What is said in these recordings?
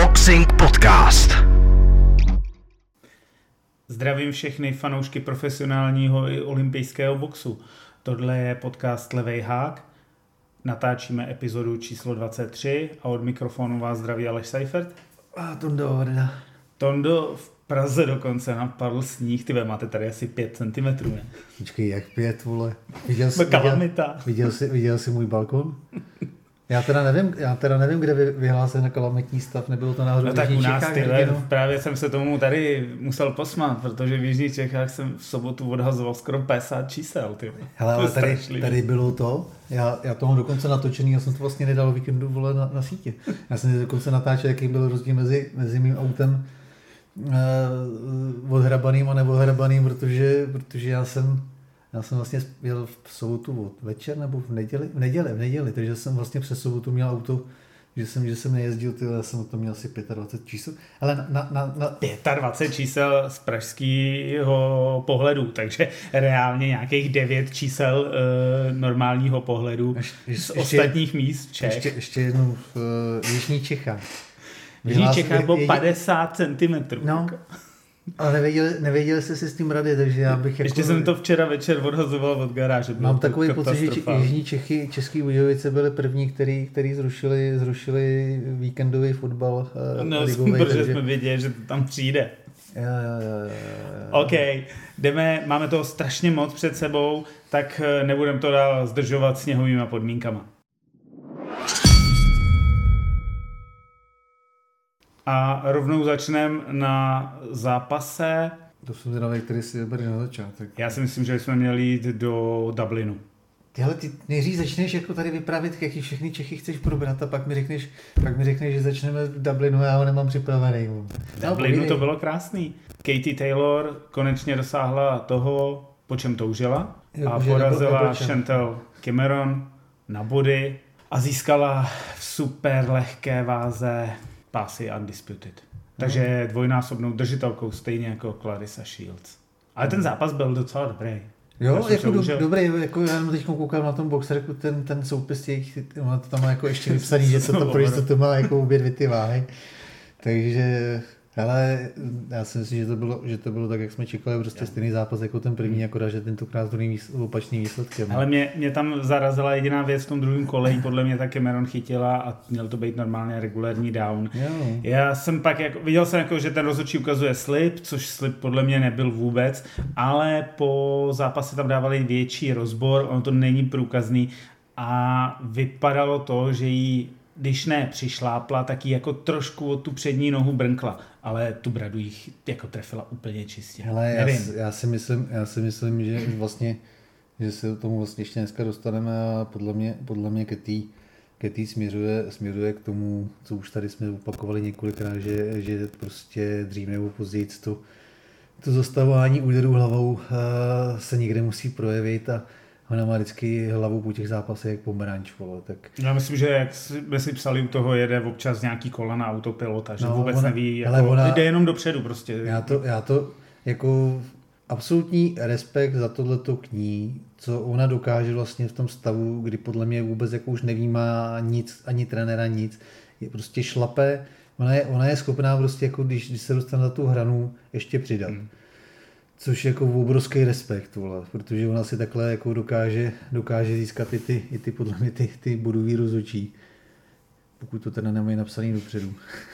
Boxing Podcast. Zdravím všechny fanoušky profesionálního i olympijského boxu. Tohle je podcast Levej hák. Natáčíme epizodu číslo 23 a od mikrofonu vás zdraví Aleš Seifert. A Tondo Varda. Tondo, v Praze dokonce napadl sníh, ty máte tady asi 5 cm. Ne? Počkej, jak 5, vole. Viděl jsi můj balkon? Já teda nevím, kde vyhlásil na kalamitní stav, nebylo to náhodou no tak u nás právě jsem se tomu tady musel posmát, protože v Jižních Čechách jsem v sobotu odhazoval skoro 50 čísel. Ty. Hele, ale tady bylo to, já tomu dokonce natočený, já jsem to vlastně nedal víkendu, vole, na sítě. Já jsem dokonce natáčel, jaký byl rozdíl mezi mým autem odhrabaným a neodhrabaným, protože já jsem vlastně jel v sobotu od večer nebo v neděli, takže jsem vlastně přes sobotu měl auto, že jsem nejezdil, já jsem o tom měl asi 25 čísel. Ale na 25 čísel z pražského pohledu, takže reálně nějakých 9 čísel normálního pohledu z ostatních míst Čech. Ještě jednou v Jižních Čechách. V Jižních Čechách bylo 50 cm. No. Ale nevěděli jste si s tím rady, takže já bych Ještě jsem to včera večer odhazoval od garáže. Mám takový pocit, že Jižní Čechy, Český Budějovice byly první, který zrušili víkendový fotbal. No, protože jsme věděli, že to tam přijde. Jo. OK, máme toho strašně moc před sebou, tak nebudeme to dál zdržovat sněhovýma podmínkama. A rovnou začneme na zápase. To jsou zvědavé, který si vybereš na začátek. Já si myslím, že jsme měli jít do Dublinu. Tyhle, ty nejdřív začneš jako tady vyprávět, jaký všechny Čechy chceš probrat a pak mi řekneš, že začneme v Dublinu, já ho nemám připravený. V Dublinu to bylo krásný. Katie Taylor konečně dosáhla toho, po čem toužila a porazila Chantel Cameron na body a získala v super lehké váze pásy Undisputed. Takže dvojnásobnou držitelkou, stejně jako Clarissa Shields. Ale ten zápas byl docela dobrý. Jo, jako dobrý, jako já teď koukám na tom boxerku, ten soupis těch, tam má jako ještě vypsaný, že to má jako obě dvě ty váhy. Takže, ale já si myslím, že to bylo tak, jak jsme čekali, prostě stejný zápas jako ten první, akorát, že tentokrát s druhým opačným výsledkem. Ale mě tam zarazila jediná věc v tom druhém kole, podle mě ta Cameron chytila a měl to být normálně regulární down. Jo. Já jsem pak, viděl jsem, že ten rozhodčí ukazuje slip, což slip podle mě nebyl vůbec, ale po zápase tam dávali větší rozbor, ono to není průkazný a vypadalo to, že jí když ne přišlápla, tak jí jako trošku od tu přední nohu brnkla, ale tu bradu jich jako trefila úplně čistě. Hele, já si myslím, že vlastně, že se tomu vlastně ještě dneska dostaneme a podle mě Katie směřuje k tomu, co už tady jsme opakovali několikrát, že prostě dřív nebo později to zastavování úderů hlavou se někde musí projevit a ona má vždycky hlavu po těch zápasech jak pomeranč, vole, tak... Já myslím, že jak jsme si psali, u toho jede občas nějaký kola na autopilota, že neví, jde jenom dopředu prostě. Já to jako absolutní respekt za tohleto k ní, co ona dokáže vlastně v tom stavu, kdy podle mě vůbec jako už nevnímá nic, ani trenéra nic, je prostě šlape, ona je schopná prostě jako když se dostane za tu hranu ještě přidat. Což je jako obrovský respekt, vole, protože ona si takhle jako dokáže získat i ty podle mě ty bodový rozhodčí, pokud to teda nemají napsaný dopředu.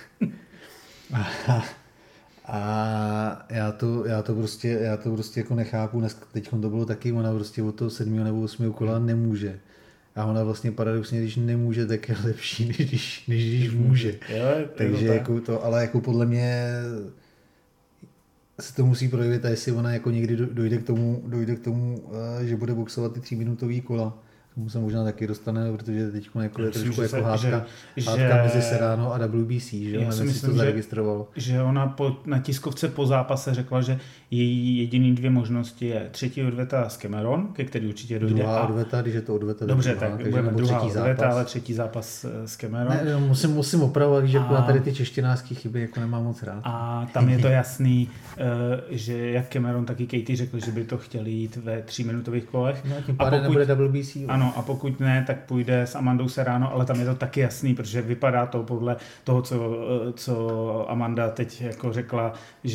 A já to prostě jako nechápu, teď to bylo taky, ona prostě od toho 7. nebo 8. kola nemůže. A ona vlastně paradoxně, když nemůže, tak je lepší, než když může. Takže jako to, ale jako podle mě se to musí projevit a jestli ona jako někdy dojde k tomu, že bude boxovat ty 3-minutový kola. K tomu se možná taky dostane, protože teď jako je trošku jako hádka mezi Serrano a WBC, že? Já si myslím, to zaregistroval. Že ona na tiskovce po zápase řekla, že její jediný 2 možnosti je třetí odveta s Cameron, ke který určitě dojde. Druhá odveta, když je to odveta. Dobře, tak budeme druhá odveta, ale třetí zápas s Cameron. Ne, musím opravovat, že na tady ty češtinářské chyby jako nemám moc rád. A tam je to jasný, že jak Cameron, tak i Katie řekli, že by to chtěli jít ve 3-minutových kolech. No, tím pádem nebude WBC. Ano, ano a pokud ne, tak půjde s Amandou Serrano, ale tam je to taky jasný, protože vypadá to podle toho, co Amanda teď jako řekla,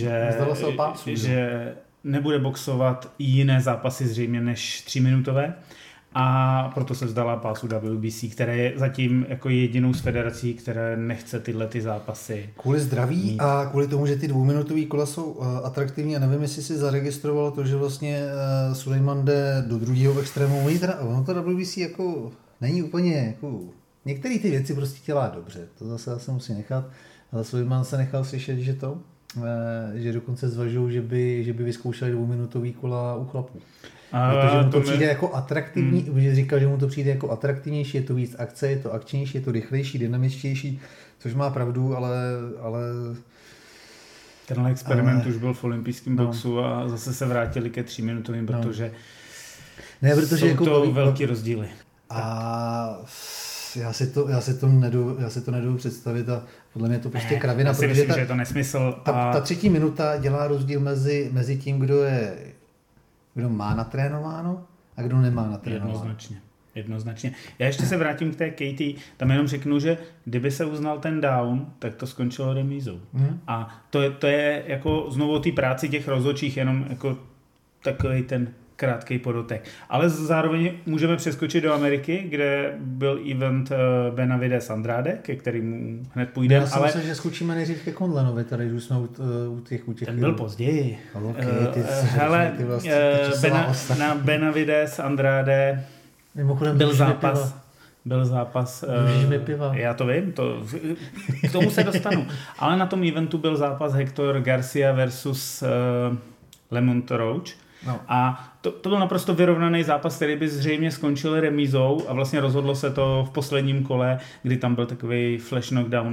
že nebude boxovat jiné zápasy zřejmě než 3minutové. A proto se vzdala pásu WBC, které je zatím jako jedinou z federací, které nechce tyhle ty zápasy. Kvůli zdraví mít. A kvůli tomu, že ty 2minutový kola jsou atraktivní a nevím, jestli si zaregistroval to, že vlastně Sulejman jde do druhého extrému. Ono to WBC jako není úplně jako... Některé ty věci prostě dělá dobře, to zase musí nechat. Ale Sulejman se nechal slyšet, že dokonce zvažují, že by vyzkoušeli 2minutový kola u chlapů. Protože mu to přijde jako atraktivní, že říkal, že mu to přijde jako atraktivnější, je to víc akce, je to akčnější, je to rychlejší, dynamičtější, což má pravdu, ale... Tenhle experiment už byl v olympijském boxu a zase se vrátili ke 3minutovým, protože jsou jako to velký rozdíly. A já si to nedovedu představit a podle mě je to prostě kravina. Já si myslím, že je to nesmysl. Ta třetí minuta dělá rozdíl mezi tím, kdo má natrénováno a kdo nemá natrénováno. Jednoznačně. Já ještě se vrátím k té Katie, tam jenom řeknu, že kdyby se uznal ten down, tak to skončilo remízou. A to je jako znovu o té práci těch rozhodčích, jenom jako takový ten krátký podotek. Ale zároveň můžeme přeskočit do Ameriky, kde byl event Benavidez Andrade, ke kterému hned půjdeme. Já si myslím, že skočíme nejdřív ke Conlanovi, tady už jsme u těch. Ten byl později. Na Benavidez Andrade byl zápas. Já to vím, k tomu se dostanu. Ale na tom eventu byl zápas Hector Garcia versus Lamont Roach. No. A to byl naprosto vyrovnaný zápas, který by zřejmě skončil remízou a vlastně rozhodlo se to v posledním kole, kdy tam byl takový flash knockdown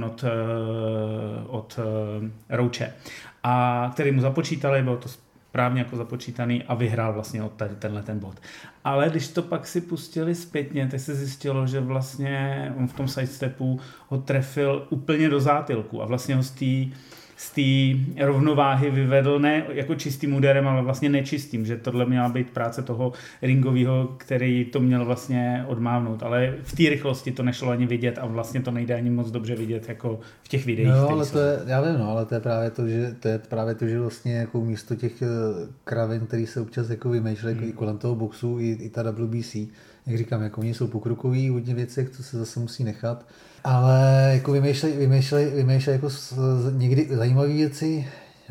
od Roache, a který mu započítali, bylo to správně jako započítaný a vyhrál vlastně od tady tenhle ten bod. Ale když to pak si pustili zpětně, tak se zjistilo, že vlastně on v tom sidestepu ho trefil úplně do zátilku a vlastně ho z té rovnováhy vyvedl ne jako čistým úderem, ale vlastně nečistým, že tohle měla být práce toho ringového, který to měl vlastně odmávnout, ale v té rychlosti to nešlo ani vidět a vlastně to nejde ani moc dobře vidět jako v těch videích. No, ale já vím, ale to je právě to, že vlastně jako místo těch kravin, který se občas jako vymýšlejí kolem toho boxu i ta WBC, jak říkám, jako oni jsou pokrokoví hodně věcech, co se zase musí nechat, ale jako vymýšlej jako někdy zajímavé věci.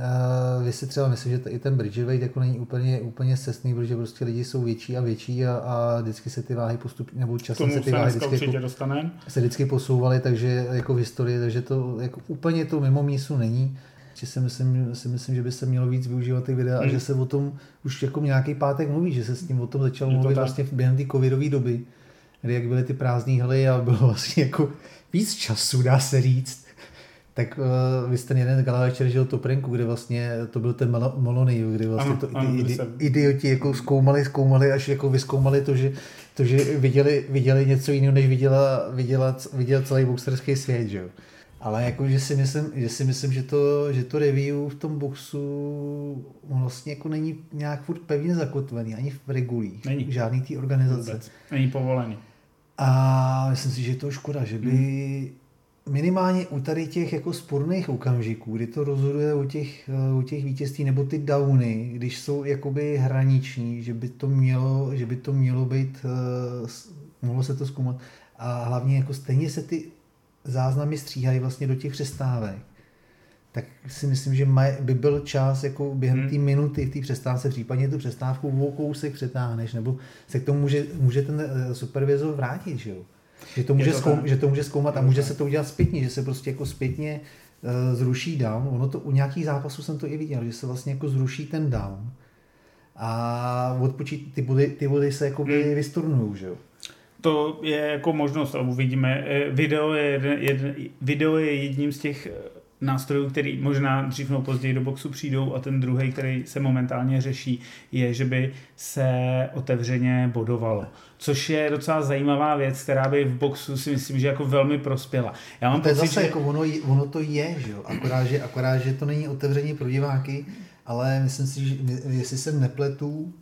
Vy si třeba myslím, že i ten bridgeweight jako není úplně scestný, protože prostě lidi jsou větší a větší a vždycky se ty váhy postupně, nebo časem se ty váhy se vždycky posouvaly, takže jako v historii, takže to jako úplně to mimo mísu není. Že si myslím, že by se mělo víc využívat ty videa a že se o tom už jako nějaký pátek mluví, že se s tím o tom začalo mluvit vlastně během té covidové doby, kdy jak byly ty prázdné haly a bylo vlastně jako víc času, dá se říct. Tak vy jste jeden gala večer žil Toprenku, kde vlastně to byl ten Moloney, kde vlastně idioti jako zkoumali, až jako vyzkoumali to, že viděli něco jiného, než viděl celý boxerský svět, že jo. Ale jako, že si myslím, že to review v tom boxu vlastně jako není nějak furt pevně zakotvený, ani v regulích, žádný té organizace. Vůbec. Není povolený. A myslím si, že je to škoda, že by minimálně u tady těch jako sporných okamžiků, kdy to rozhoduje o těch vítězství nebo ty downy, když jsou jakoby hraniční, že by to mělo být, mohlo se to zkoumat a hlavně jako stejně se ty záznamy stříhají vlastně do těch přestávek, tak si myslím, že by byl čas jako během té minuty v té přestávce, případně tu přestávku o kousek přetáhneš, nebo se k tomu může ten supervizor vrátit, že jo? Že to může zkoumat a může se to udělat zpětně, že se prostě jako zpětně zruší down. Ono to u nějakých zápasů jsem to i viděl, že se vlastně jako zruší ten down a ty body se jako vysturnujou, že jo? To je jako možnost, a uvidíme. Video je jedním z těch nástrojů, který možná dřív nebo později do boxu přijdou, a ten druhý, který se momentálně řeší, je, že by se otevřeně bodovalo. Což je docela zajímavá věc, která by v boxu si myslím, že jako velmi prospěla. Já mám to pocit, je zase že... jako ono to je, že jo? Akorát, že to není otevření pro diváky, ale myslím si, že jestli se nepletu,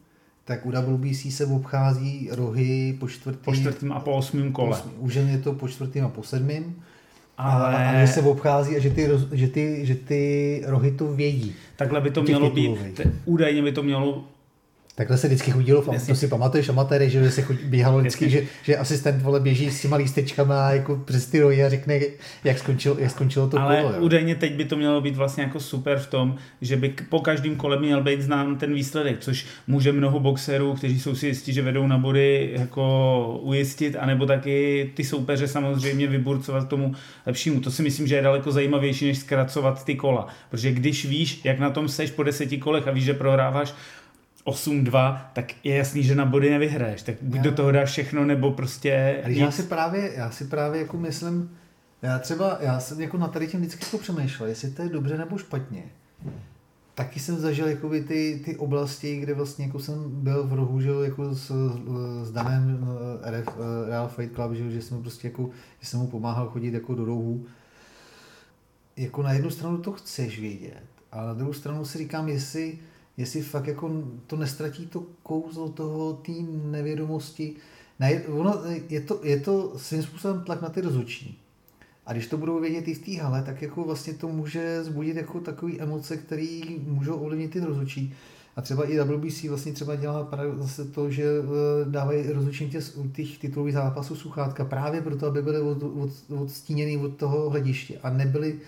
tak u WBC se obchází rohy po čtvrtým a po 8. kole. U žen je to po 4. a po 7. A že se obchází a že ty rohy to vědí. Takhle by to mělo být. Údajně by to mělo. Takhle se vždycky chodilo, to si pamatuješ amatéry, že se běhalo vždycky, že asistent běží s těma lístečkama jako přes ty rohy a řekne, jak skončilo to ale kolo. Ale údajně teď by to mělo být vlastně jako super v tom, že by po každém kole měl být znám ten výsledek, což může mnoho boxerů, kteří jsou si jistí, že vedou na body, jako ujistit, anebo taky ty soupeře samozřejmě vyburcovat tomu lepšímu. To si myslím, že je daleko zajímavější, než zkracovat ty kola. Protože když víš, jak na tom seš po 10 kolech a víš, že prohráváš 8-2, tak je jasný, že na body nevyhraješ. Tak buď do toho dáš všechno, nebo prostě já si právě jako myslím, já jsem jako na tady tím vždycky jako přemýšlel, jestli to je dobře nebo špatně. Taky jsem zažil jakoby ty oblasti, kde vlastně jako jsem byl v rohu, že jako s Danem Real Fight Club, že jsem prostě jako, že jsem mu pomáhal chodit jako do rohu. Jako na jednu stranu to chceš vědět, ale na druhou stranu si říkám, jestli fakt jako to nestratí to kouzlo toho té nevědomosti. Je to svým způsobem tlak na ty rozhodčí. A když to budou vědět i v té hale, tak jako vlastně to může zbudit jako takový emoce, které můžou ovlivnit ty rozhodčí. A třeba i WBC vlastně třeba dělá zase to, že dávají rozhodčím těch titulových zápasů sluchátka právě proto, aby byly odstíněný od toho hlediště a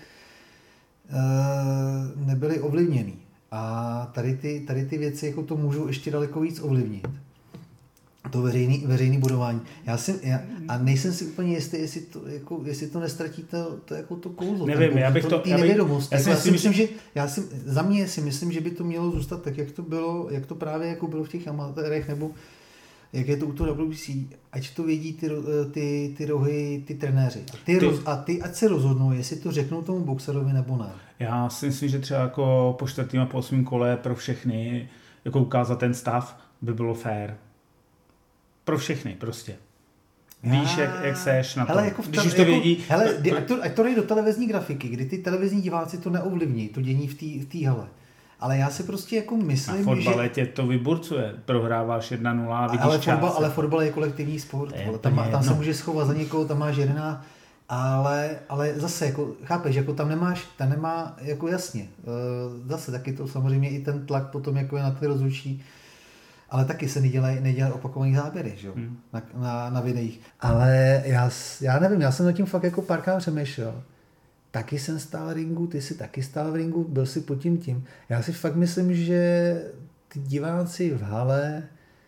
nebyly ovlivněný. A tady ty věci jako to můžou ještě daleko víc ovlivnit. To veřejný budování. A nejsem si úplně jistý, jestli to nestratí to jako to kouzlo. Nevím, já bych to... nevědomost. Za mě si myslím, že by to mělo zůstat tak, jak to bylo, jak to právě jako bylo v těch amatérech, nebo jak je to u toho WBC, ať to vědí ty rohy, ty trenéři. Ty ať se rozhodnou, jestli to řeknou tomu boxerovi nebo ne. Já si myslím, že třeba jako po 4. a po 8. kole pro všechny jako ukázat ten stav by bylo fair. Pro všechny prostě. Víš, jak seš na to. Jako když už to vědí... Ať to jde do televizní grafiky, kdy ty televizní diváci to neovlivní, to dění v té hale. Ale já si prostě jako myslím, že... Na fotbale tě to vyburcuje. Prohráváš 1-0 a vidíš čas. Ale fotbal je kolektivní sport. Tam se může schovat za někoho, tam máš 11. Ale zase, jako, chápeš, jako tam nemá, jako jasně. Zase taky to samozřejmě i ten tlak potom jako je na ty rozhodčí. Ale taky se nedělají opakovaný záběry, že? Na videích. Ale já nevím, já jsem nad tím fakt jako párkrát přemýšlel. Taky jsem stál v ringu, ty jsi taky stál v ringu, byl si pod tím. Já si fakt myslím, že ty diváci v hale,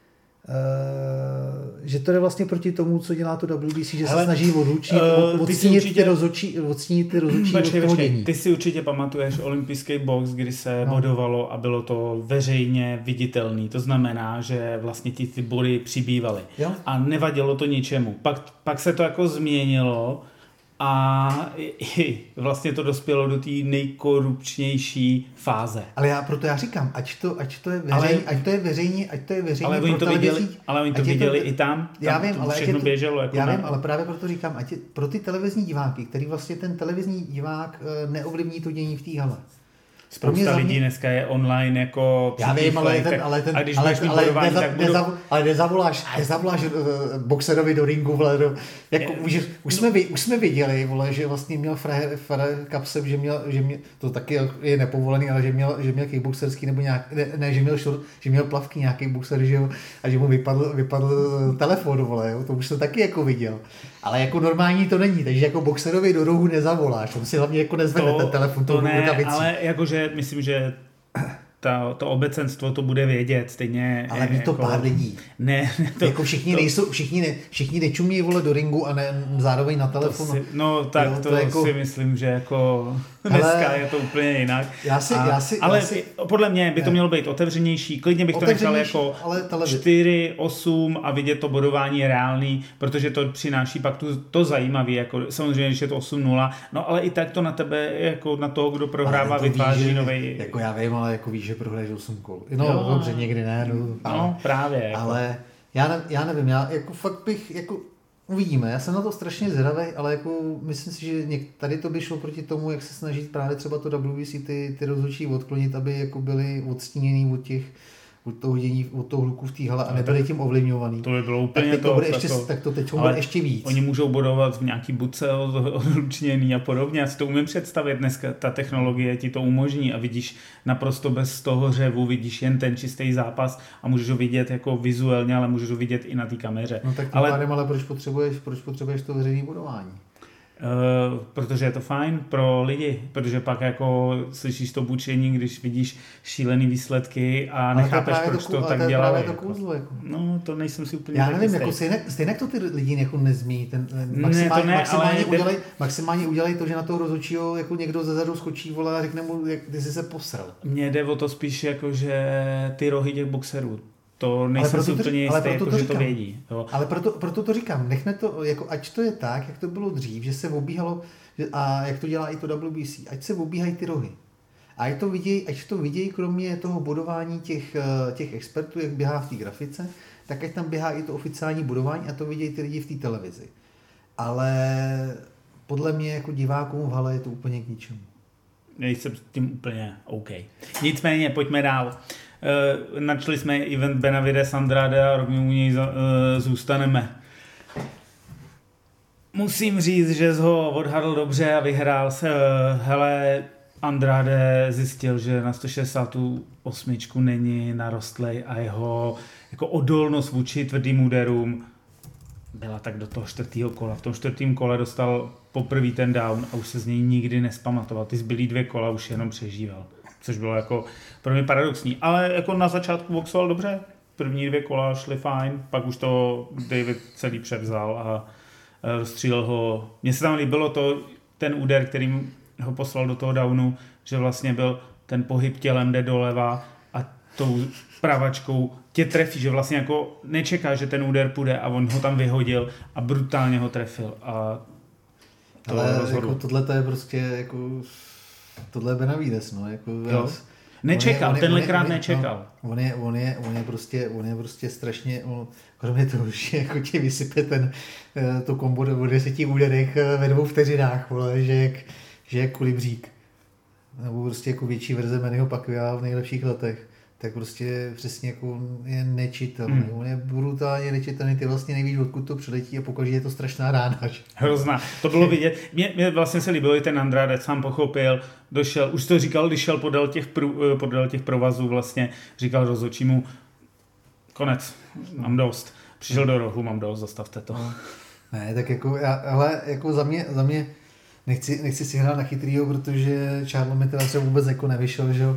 že to jde vlastně proti tomu, co dělá to WBC, že se snaží odstínit ty rozhodčí od toho dění. Ty si určitě pamatuješ olympijský box, kdy se bodovalo a bylo to veřejně viditelný. To znamená, že vlastně ty body přibývaly. Jo? A nevadilo to ničemu. Pak se to jako změnilo a vlastně to dospělo do té nejkorupčnější fáze. Ale proto já říkám, ať to je veřejně. Ale oni to viděli i tam. Já vím, ale všechno běželo. Jako vím, ale právě proto říkám, pro ty televizní diváky, který vlastně ten televizní divák neovlivní to dění v té hale. Spousta lidí dneska je online jako... Já vím, a když budeš mít bodování, tak budu... Ale nezavoláš boxerovi do ringu, vole, jako, už jsme viděli, vole, že vlastně měl frajer kapsem, že měl, to taky je nepovolený, ale že měl kickboxerský nebo nějak, ne, že měl plavky nějaký boxer, že jo, a že mu vypadl telefon, vole, jo, to už jsem taky jako viděl. Ale jako normální to není, takže jako boxerovi do rohu nezavoláš, on si hlavně jako nezvedne ten telefon. To ne, ale jakože myslím, že to obecenstvo to bude vědět stejně. Ale ví to jako, pár lidí. Ne, to, jako všichni nečumí, vole, do ringu a zároveň na telefonu. To jako, si myslím, že jako dneska je to úplně jinak. Ale podle mě by to mělo být otevřenější. Klidně bych to nechal jako 4, 8 a vidět to bodování reálný, protože to přináší pak to zajímavé. Jako, samozřejmě, když je to 8-0, no ale i tak to na tebe, jako na toho, kdo prohrává, vytváří novej... Jako já vím, ale jako víš, že prohraješ 8 kol. No dobře, někdy ne. No právě. Jako. Ale já nevím, já jako fakt bych, jako uvidíme, já jsem na to strašně zvědavý, ale jako myslím si, že tady to by šlo proti tomu, jak se snaží právě třeba to WBC ty rozhodčí odklonit, aby jako byli odstíněný od od toho hluku v té hale a nebyli tím ovlivňovaný. To by bylo úplně tak to teď bude ještě víc. Oni můžou bodovat v nějaký budce odlučněný a podobně. Já si to umím představit. Dneska ta technologie ti to umožní a vidíš naprosto bez toho řevu, vidíš jen ten čistý zápas a můžeš ho vidět jako vizuálně, ale můžeš ho vidět i na té kameře. No tak ale proč potřebuješ to veřejné bodování? Protože je to fajn pro lidi, protože pak jako slyšíš to bučení, když vidíš šílený výsledky a nechápeš, proč to tak dělali. No, to nejsem si úplně já nevím, jako stejně to ty lidi jako nezmí. Maximálně udělají to, že na toho rozhodčího jako někdo zezadu skočí, vole, a řekne mu, jak ty jsi se posral. Mně jde o to spíš jako, že ty rohy těch boxerů, to nejsem si úplně jistý, jako, že to vědí. Jo. Ale proto to říkám, nechme to, jako, ať to je tak, jak to bylo dřív, že se obíhalo, a jak to dělá i to WBC, ať se obíhají ty rohy. A ať to vidějí, kromě toho bodování těch expertů, jak běhá v té grafice, tak ať tam běhá i to oficiální bodování a to vidějí ty lidi v té televizi. Ale podle mě jako divákům v hale je to úplně k ničemu. Nejsem s tím úplně OK. Nicméně, pojďme dál. Načli jsme event Benavides Andrade a rovně u něj zůstaneme. Musím říct, že ho odhadl dobře a vyhrál se. Hele, Andrade zjistil, že na 168 není narostlej a jeho jako odolnost vůči tvrdým úderům byla tak do toho 4. kola. V tom 4. kole dostal poprvé ten down a už se z něj nikdy nespamatoval. Ty zbylý 2 kola už jenom přežíval. Což bylo jako pro mě paradoxní. Ale jako na začátku boxoval dobře. První 2 kola šly fajn, pak už to David celý převzal a rozstřílel ho. Mně se tam líbilo ten úder, kterým ho poslal do toho downu, že vlastně byl ten pohyb tělem jde doleva a tou pravačkou tě trefí, že vlastně jako nečeká, že ten úder půjde a on ho tam vyhodil a brutálně ho trefil. A to jako tohle to je prostě jako tohle je Benavides, no, jako nečekal, tenhlekrát nečekal. On je prostě strašně, kromě toho, že jako ti vysype to kombo o 10 úderech ve 2 vteřinách, vole, že jak kolibřík. Nebo prostě jako větší verze Mannyho Pacquiao v nejlepších letech. Tak prostě přesně jako je nečitelný. On je brutálně nečitelný, ty vlastně nevíš, odkud to přiletí a pokaždé je to strašná rána. Hrozná. To bylo vidět. Mě vlastně se líbilo i ten Andrade, sám pochopil, došel, už to říkal, když šel podél těch provazů vlastně, říkal rozhodčímu, konec, mám dost. Přišel do rohu, mám dost, zastavte to. Ne, tak jako, ale jako za mě nechci si hrát na chytrýho, protože Charlo mi teda třeba vůbec jako nevyšel, že jo,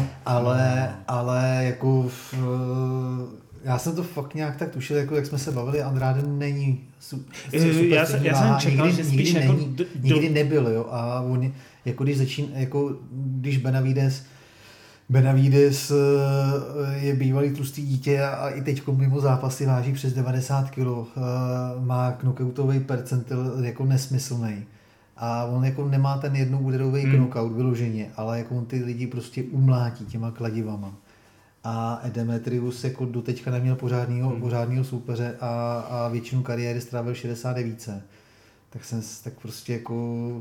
ale jako já jsem to fakt nějak tak tušil, jako jak jsme se bavili, Andrade není super. Já jsem čekal, že spíš jako nikdy nebyl, jo, a on jako když Benavides je bývalý tlustý dítě a i teď mimo zápasy váží přes 90 kg, má knockoutový percentil jako nesmyslný. A on jako nemá ten jednoúderový knockout vyloženě, ale jako on ty lidi prostě umlátí těma kladivama. A Demetrius jako doteďka neměl pořádného soupeře a většinu kariéry strávil 69. Tak prostě jako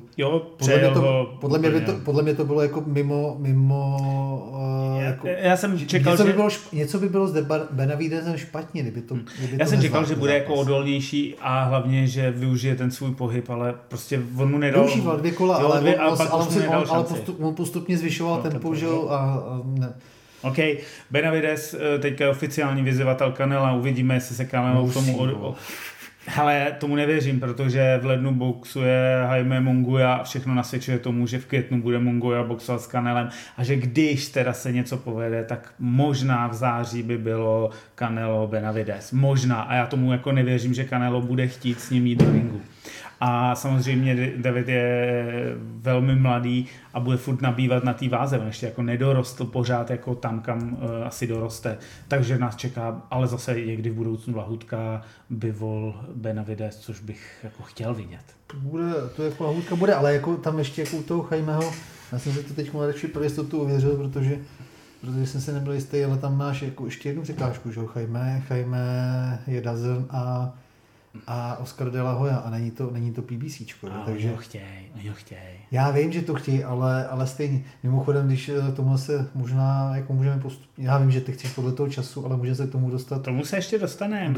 podle mě to bylo jako mimo já jsem čekal, něco by bylo s Benavidesem špatně, kdyby to já jsem čekal, že bude jako odolnější a hlavně, že využije ten svůj pohyb, ale prostě on mu nedal. Využíval 2 kola, ale on postupně zvyšoval tempo, že jo, a ne. OK, Benavides teďka je oficiální vyzývatel Canela, uvidíme, jestli se Canelo k tomu ale tomu nevěřím, protože v lednu boxuje Jaime Munguia a všechno nasvědčuje tomu, že v květnu bude Munguia boxovat s Canelem a že když teda se něco povede, tak možná v září by bylo Canelo Benavides. Možná. A já tomu jako nevěřím, že Canelo bude chtít s ním jít do ringu. A samozřejmě David je velmi mladý a bude furt nabývat na té váze. On ještě jako nedorostl pořád jako tam, kam asi doroste. Takže nás čeká, ale zase někdy v budoucnu Lahutka, Bivol, Benavides, což bych jako chtěl vidět. To jako Lahutka bude, ale jako tam ještě jako u toho Jaimeho, já jsem se to teď radši pro jistotu ověřil, protože jsem se nebyl jistý, ale tam máš jako ještě jednu překážku, že Jaime je Dazen a a Oscar de la Hoya a není to PBCčko. Takže oni ho chtějí. Já vím, že to chtějí, ale stejně. Mimochodem, když k tomu se možná jako můžeme postupně, já vím, že ty chceš podle toho času, ale můžeme se k tomu dostat. Tomu se ještě dostaneme.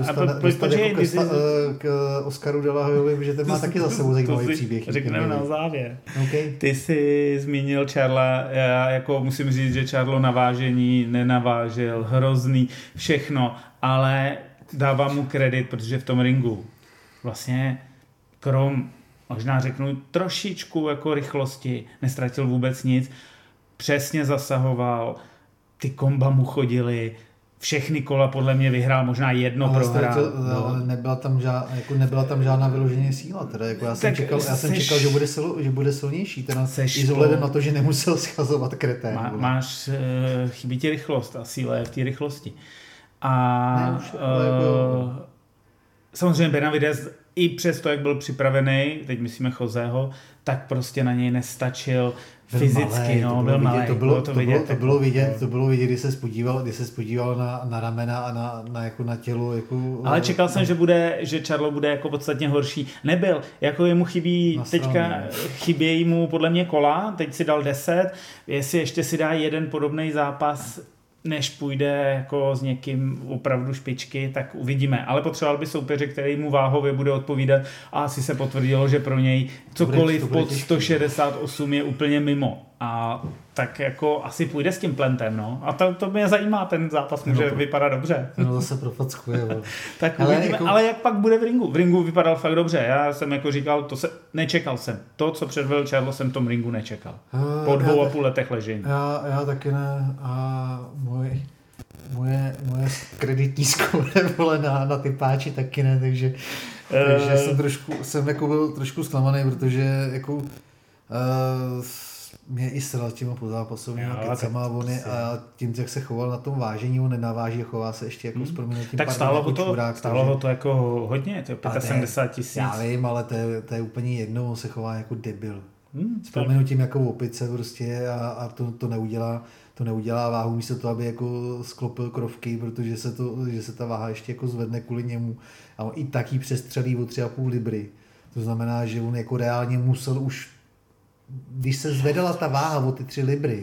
K Oscaru de la Hoyovi, že ten má taky za sebou zajímavý příběh. Řekneme na závěr. Okay. Ty jsi zmínil Charlesa, já jako musím říct, že Charlo navážení nenavážil, hrozný, všechno, ale dávám mu kredit, protože v tom ringu vlastně krom, možná řeknu, trošičku jako rychlosti, nestratil vůbec nic, přesně zasahoval, ty komba mu chodily, všechny kola podle mě vyhrál, možná jedno prohrál. Ale nebyla tam žádná vyloženě síla. Teda, jako já jsem čekal, že bude silnější, teda i s ohledem na to, že nemusel schazovat kretén. Chybí ti rychlost a síla je v té rychlosti. A samozřejmě Benavidez i přesto, jak byl připravený, teď myslíme Joseho, tak prostě na něj nestačil fyzicky, byl malej. To bylo vidět, když se spodíval na ramena a na tělo. Ale čekal jsem, že Charlo bude jako podstatně horší. Nebyl, jako jemu chybějí mu podle mě kola, teď si dal 10, jestli ještě si dá jeden podobný zápas, než půjde jako s někým opravdu špičky, tak uvidíme. Ale potřeboval by soupeře, který mu váhově bude odpovídat a asi se potvrdilo, že pro něj cokoliv pod 168 je úplně mimo. A tak jako asi půjde s tím Plentem, no. A to mě zajímá, ten zápas může vypadat dobře. No zase profackuje. Tak uvidíme, ale jak pak bude v ringu? V ringu vypadal fakt dobře. Já jsem jako říkal, nečekal jsem. To, co předvedl Charlo, jsem v tom ringu nečekal. Po 2,5 letech ležení. Já taky ne. A moje kreditní skóre vole na ty páči taky ne, takže jsem byl trošku zklamaný, protože jako mě i sral těma pozápasovými kecama a tím, jak se choval na tom vážení, on nenaváží, chová se ještě jako s prominutím. Tak stálo ho to jako hodně, to je 75 000. Já vím, ale to je úplně jedno, on se chová jako debil. S prominutím jako opice prostě a to neudělá váhu, místo toho, aby jako sklopil krovky, protože se ta váha ještě jako zvedne kvůli němu a on i taky přestřelí o 3,5 libry. To znamená, že on jako reálně musel už, když se zvedala ta váha o ty 3 libry,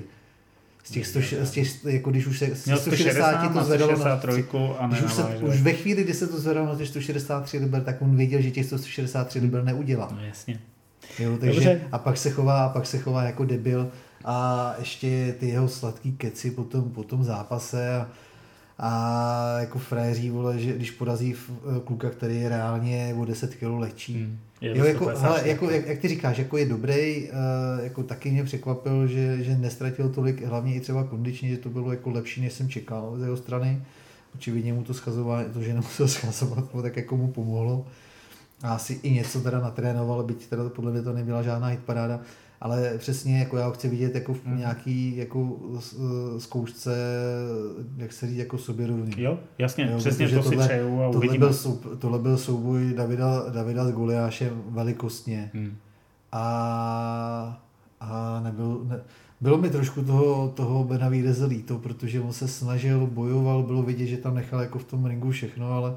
jako když už se z těch 160 to zvedalo na 163 už ve chvíli, kdy se to zvedalo na těch 163 liber, tak on věděl, že těch 163 liber neudělá. No jasně. Jo, takže, a pak se chová jako debil a ještě ty jeho sladký keci po tom zápase a jako frajeří, vole, že když porazí kluka, který je reálně o 10 kg lehčí. Jak ty říkáš, jako je dobrý, jako taky mě překvapil, že nestratil tolik, hlavně i třeba kondičně, že to bylo jako lepší, než jsem čekal z jeho strany. Očividně mu to schazování, to, že nemusel schazovat, tak jako mu pomohlo. A asi i něco teda natrénoval, byť teda podle mě to nebyla žádná hitparáda, ale přesně jako já ho chci vidět jako v nějaký jako zkoušce, jak se říct, jako sobě rovný. Jo, jasně, přesně to si přeju a uvidíme. Tohle byl souboj Davida s Goliášem velikostně. A bylo mi trošku toho Benavideze líto, protože on se snažil, bojoval, bylo vidět, že tam nechal jako v tom ringu všechno, ale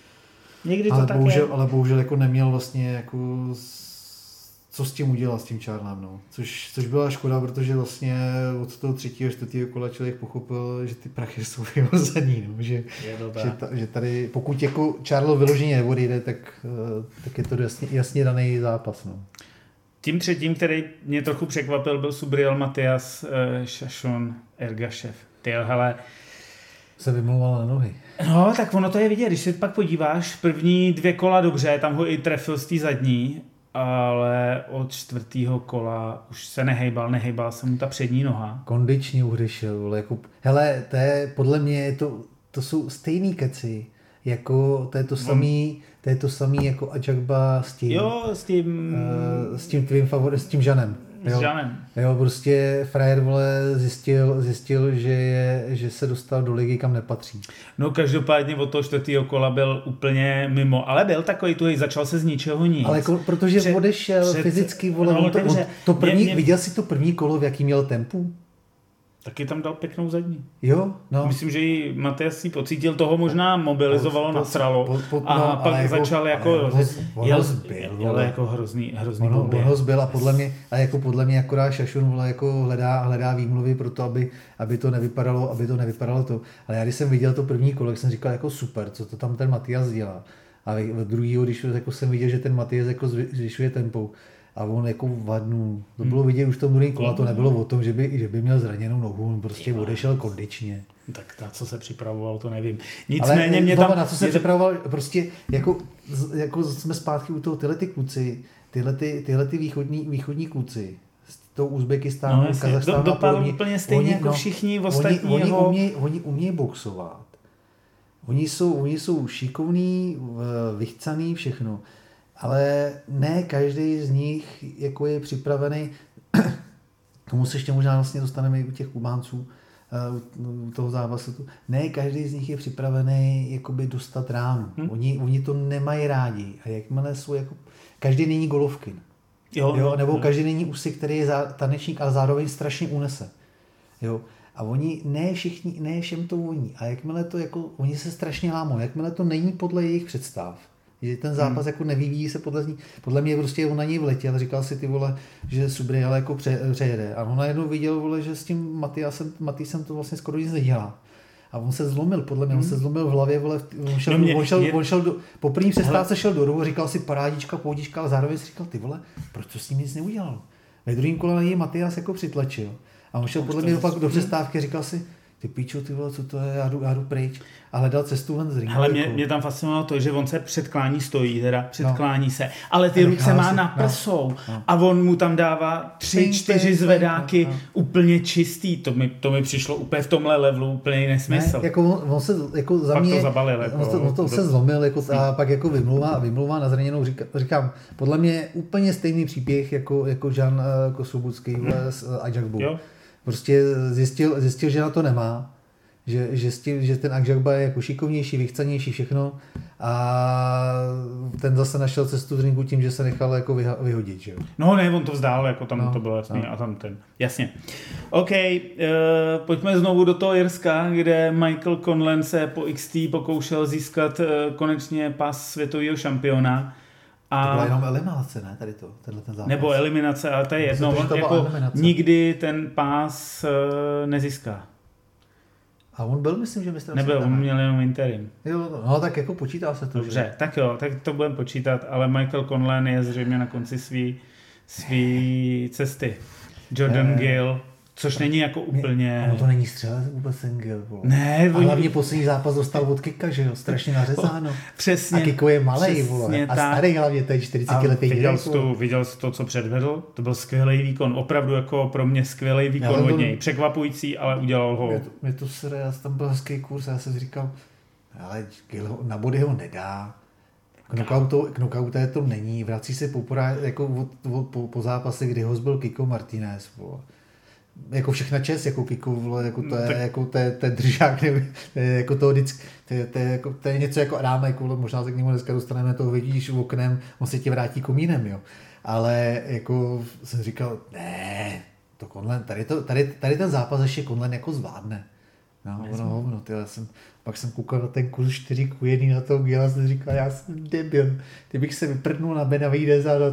bohužel jako neměl vlastně jako co s tím udělat, s tím Charlem, no. Což byla škoda, protože vlastně od toho 3. a 4. kola člověk pochopil, že ty prachy jsou vyhozený, no. Že tady, pokud jako Charlo vyloženě neodejde, tak je to jasně daný zápas, no. Tím třetím, který mě trochu překvapil, byl Subriel Matias Šašon Ergašev. Hele, se vymlouval na nohy. No, tak ono to je vidět, když si pak podíváš, první 2 kola dobře, tam ho i trefil z té zadní, ale od 4. kola už se nehejbal se mu ta přední noha. Kondičně uřešil, jako, hele, to je, podle mě, to jsou stejný keci, jako, to je to samý jako Ajagba s tím tvým favoritem, s tím Žanem. Jo, prostě frajer, vole, zjistil, že se dostal do ligy, kam nepatří. No každopádně od toho 4. kola byl úplně mimo, ale byl takový tuhej, začal se z ničeho nic. Ale protože odešel fyzicky, vole, viděl jsi to první kolo, v jaký měl tempu? Taky tam dal pěknou zadní. Jo, no. Myslím, že i Matias si pocítil, toho možná mobilizovalo, nasralo a pak jako, začal jako... Ale jako hrozný ono zbyl a podle mě akorát Šašun jako hledá výmluvy pro to, aby to nevypadalo to. Ale já když jsem viděl to první kolo, jsem říkal jako super, co to tam ten Matias dělá. A v druhýho, když jako jsem viděl, že ten Matias jako zvyšuje tempo, a on jako vadnul. To bylo vidět už v tom druhém kole, to nebylo o tom, že by měl zraněnou nohu, on prostě odešel kondičně. Tak na co se připravoval, to nevím. Nicméně mě tam... Na co se připravoval, prostě jako jsme zpátky u toho, tyhle ty kluci, tyhle ty východní kluci, s tou Uzbekistánu, Kazachstánu. Dopadl úplně stejně jako všichni ostatní. Oni umějí boxovat. Oni jsou šikovní, vychcaný, všechno. Ale ne každý z nich jako je připravený, tomu se ještě možná vlastně dostaneme i u těch Kubánců, u toho zápasu, ne každý z nich je připravený jakoby dostat ránu. Oni to nemají rádi a jakmile jsou jako, každý není Golovkin. Nebo každý není Usyk, který je tanečník, ale zároveň strašně unese. Jo. A oni, ne všem to voní. A jakmile to jako, oni se strašně lámou, jakmile to není podle jejich představ, že ten zápas jako nevyvíjí se podle mě prostě on na něj vletěl, říkal si ty vole, že Subriel jako přejede. A on najednou viděl, vole, že s tím Matisem to vlastně skoro nic nedělá. A on se zlomil, podle mě, on se zlomil v hlavě, vole, on šel po první přestávce šel do rohu, říkal si parádička, pohodička, ale zároveň si říkal, ty vole, proč to s ním nic neudělal? Ve druhém kole na něj Matias jako přitlačil. A on šel podle mě pak do přestávky, říkal si, ty píču, ty vole, co to je, já jdu pryč. A hledal cestu ven z ringu. Ale mě tam fascinovalo to, že on se předklání se, ale ty ruce má na prsou a on mu tam dává 3-4 zvedáky úplně čistý. To mi přišlo úplně v tomhle levelu úplně nesmysl. Ne, jako on se jako za mě, to zabalil, on se zlomil jako, a pak jako vymlouvá na zraněnou. Říkám, podle mě úplně stejný příběh jako Jan Kosubucký s Ajaxbou. Prostě zjistil, že na to nemá, že ten Akžakba je jako šikovnější, vychcanější, všechno a ten zase našel cestu v ringu tím, že se nechal jako vyhodit, že jo? No ne, on to vzdál, jako tam to bylo jasný a tam ten, jasně. OK, pojďme znovu do toho Irska, kde Michael Conlan se po XT pokoušel získat konečně pas světového šampiona. To byla jenom eliminace, ne? Tady tenhle ten zápas. Nebo eliminace, ale to je jedno. On jako nikdy ten pás nezíská. A on byl, myslím, že mistr. Nebyl, on měl jenom interim. Jo, no tak jako počítá se to. Dobře, tak jo, tak to budeme počítat, ale Michael Conlan je zřejmě na konci svý cesty. Jordan Gill, což není jako úplně... Ono to není střelec vůbec ten Gill. Ne, a hlavně poslední zápas dostal od Kika, že jo, strašně nařezáno. Přesně. A Kiko je malej, vole. A starý hlavně, to je 40letý dělek. Viděl jsi to, co předvedl? To byl skvělý výkon, opravdu jako pro mě skvělý výkon od něj. Překvapující, ale udělal ho. Mě to sere, já tam byl hezký kurz, já jsem říkal, ale Gill na body ho nedá. Knockouté to není, vrací se jako po zápase, kdy ho zbyl Kiko Martinez, vole. Jako všechna čest, jako Kiko, vole, jako to je držák, jako to vždycky, to je něco jako Adámek, možná se k němu dneska dostaneme, toho vidíš oknem, on se ti vrátí komínem, jo. Ale jako jsem říkal, ne, to Conlan, tady ten zápas ještě Conlan jako zvládne. No, pak jsem koukal na ten kurz 4:1 na toho Gilla, jsem říkal, já jsem debil. Kdybych se vyprdnul na Benavidez a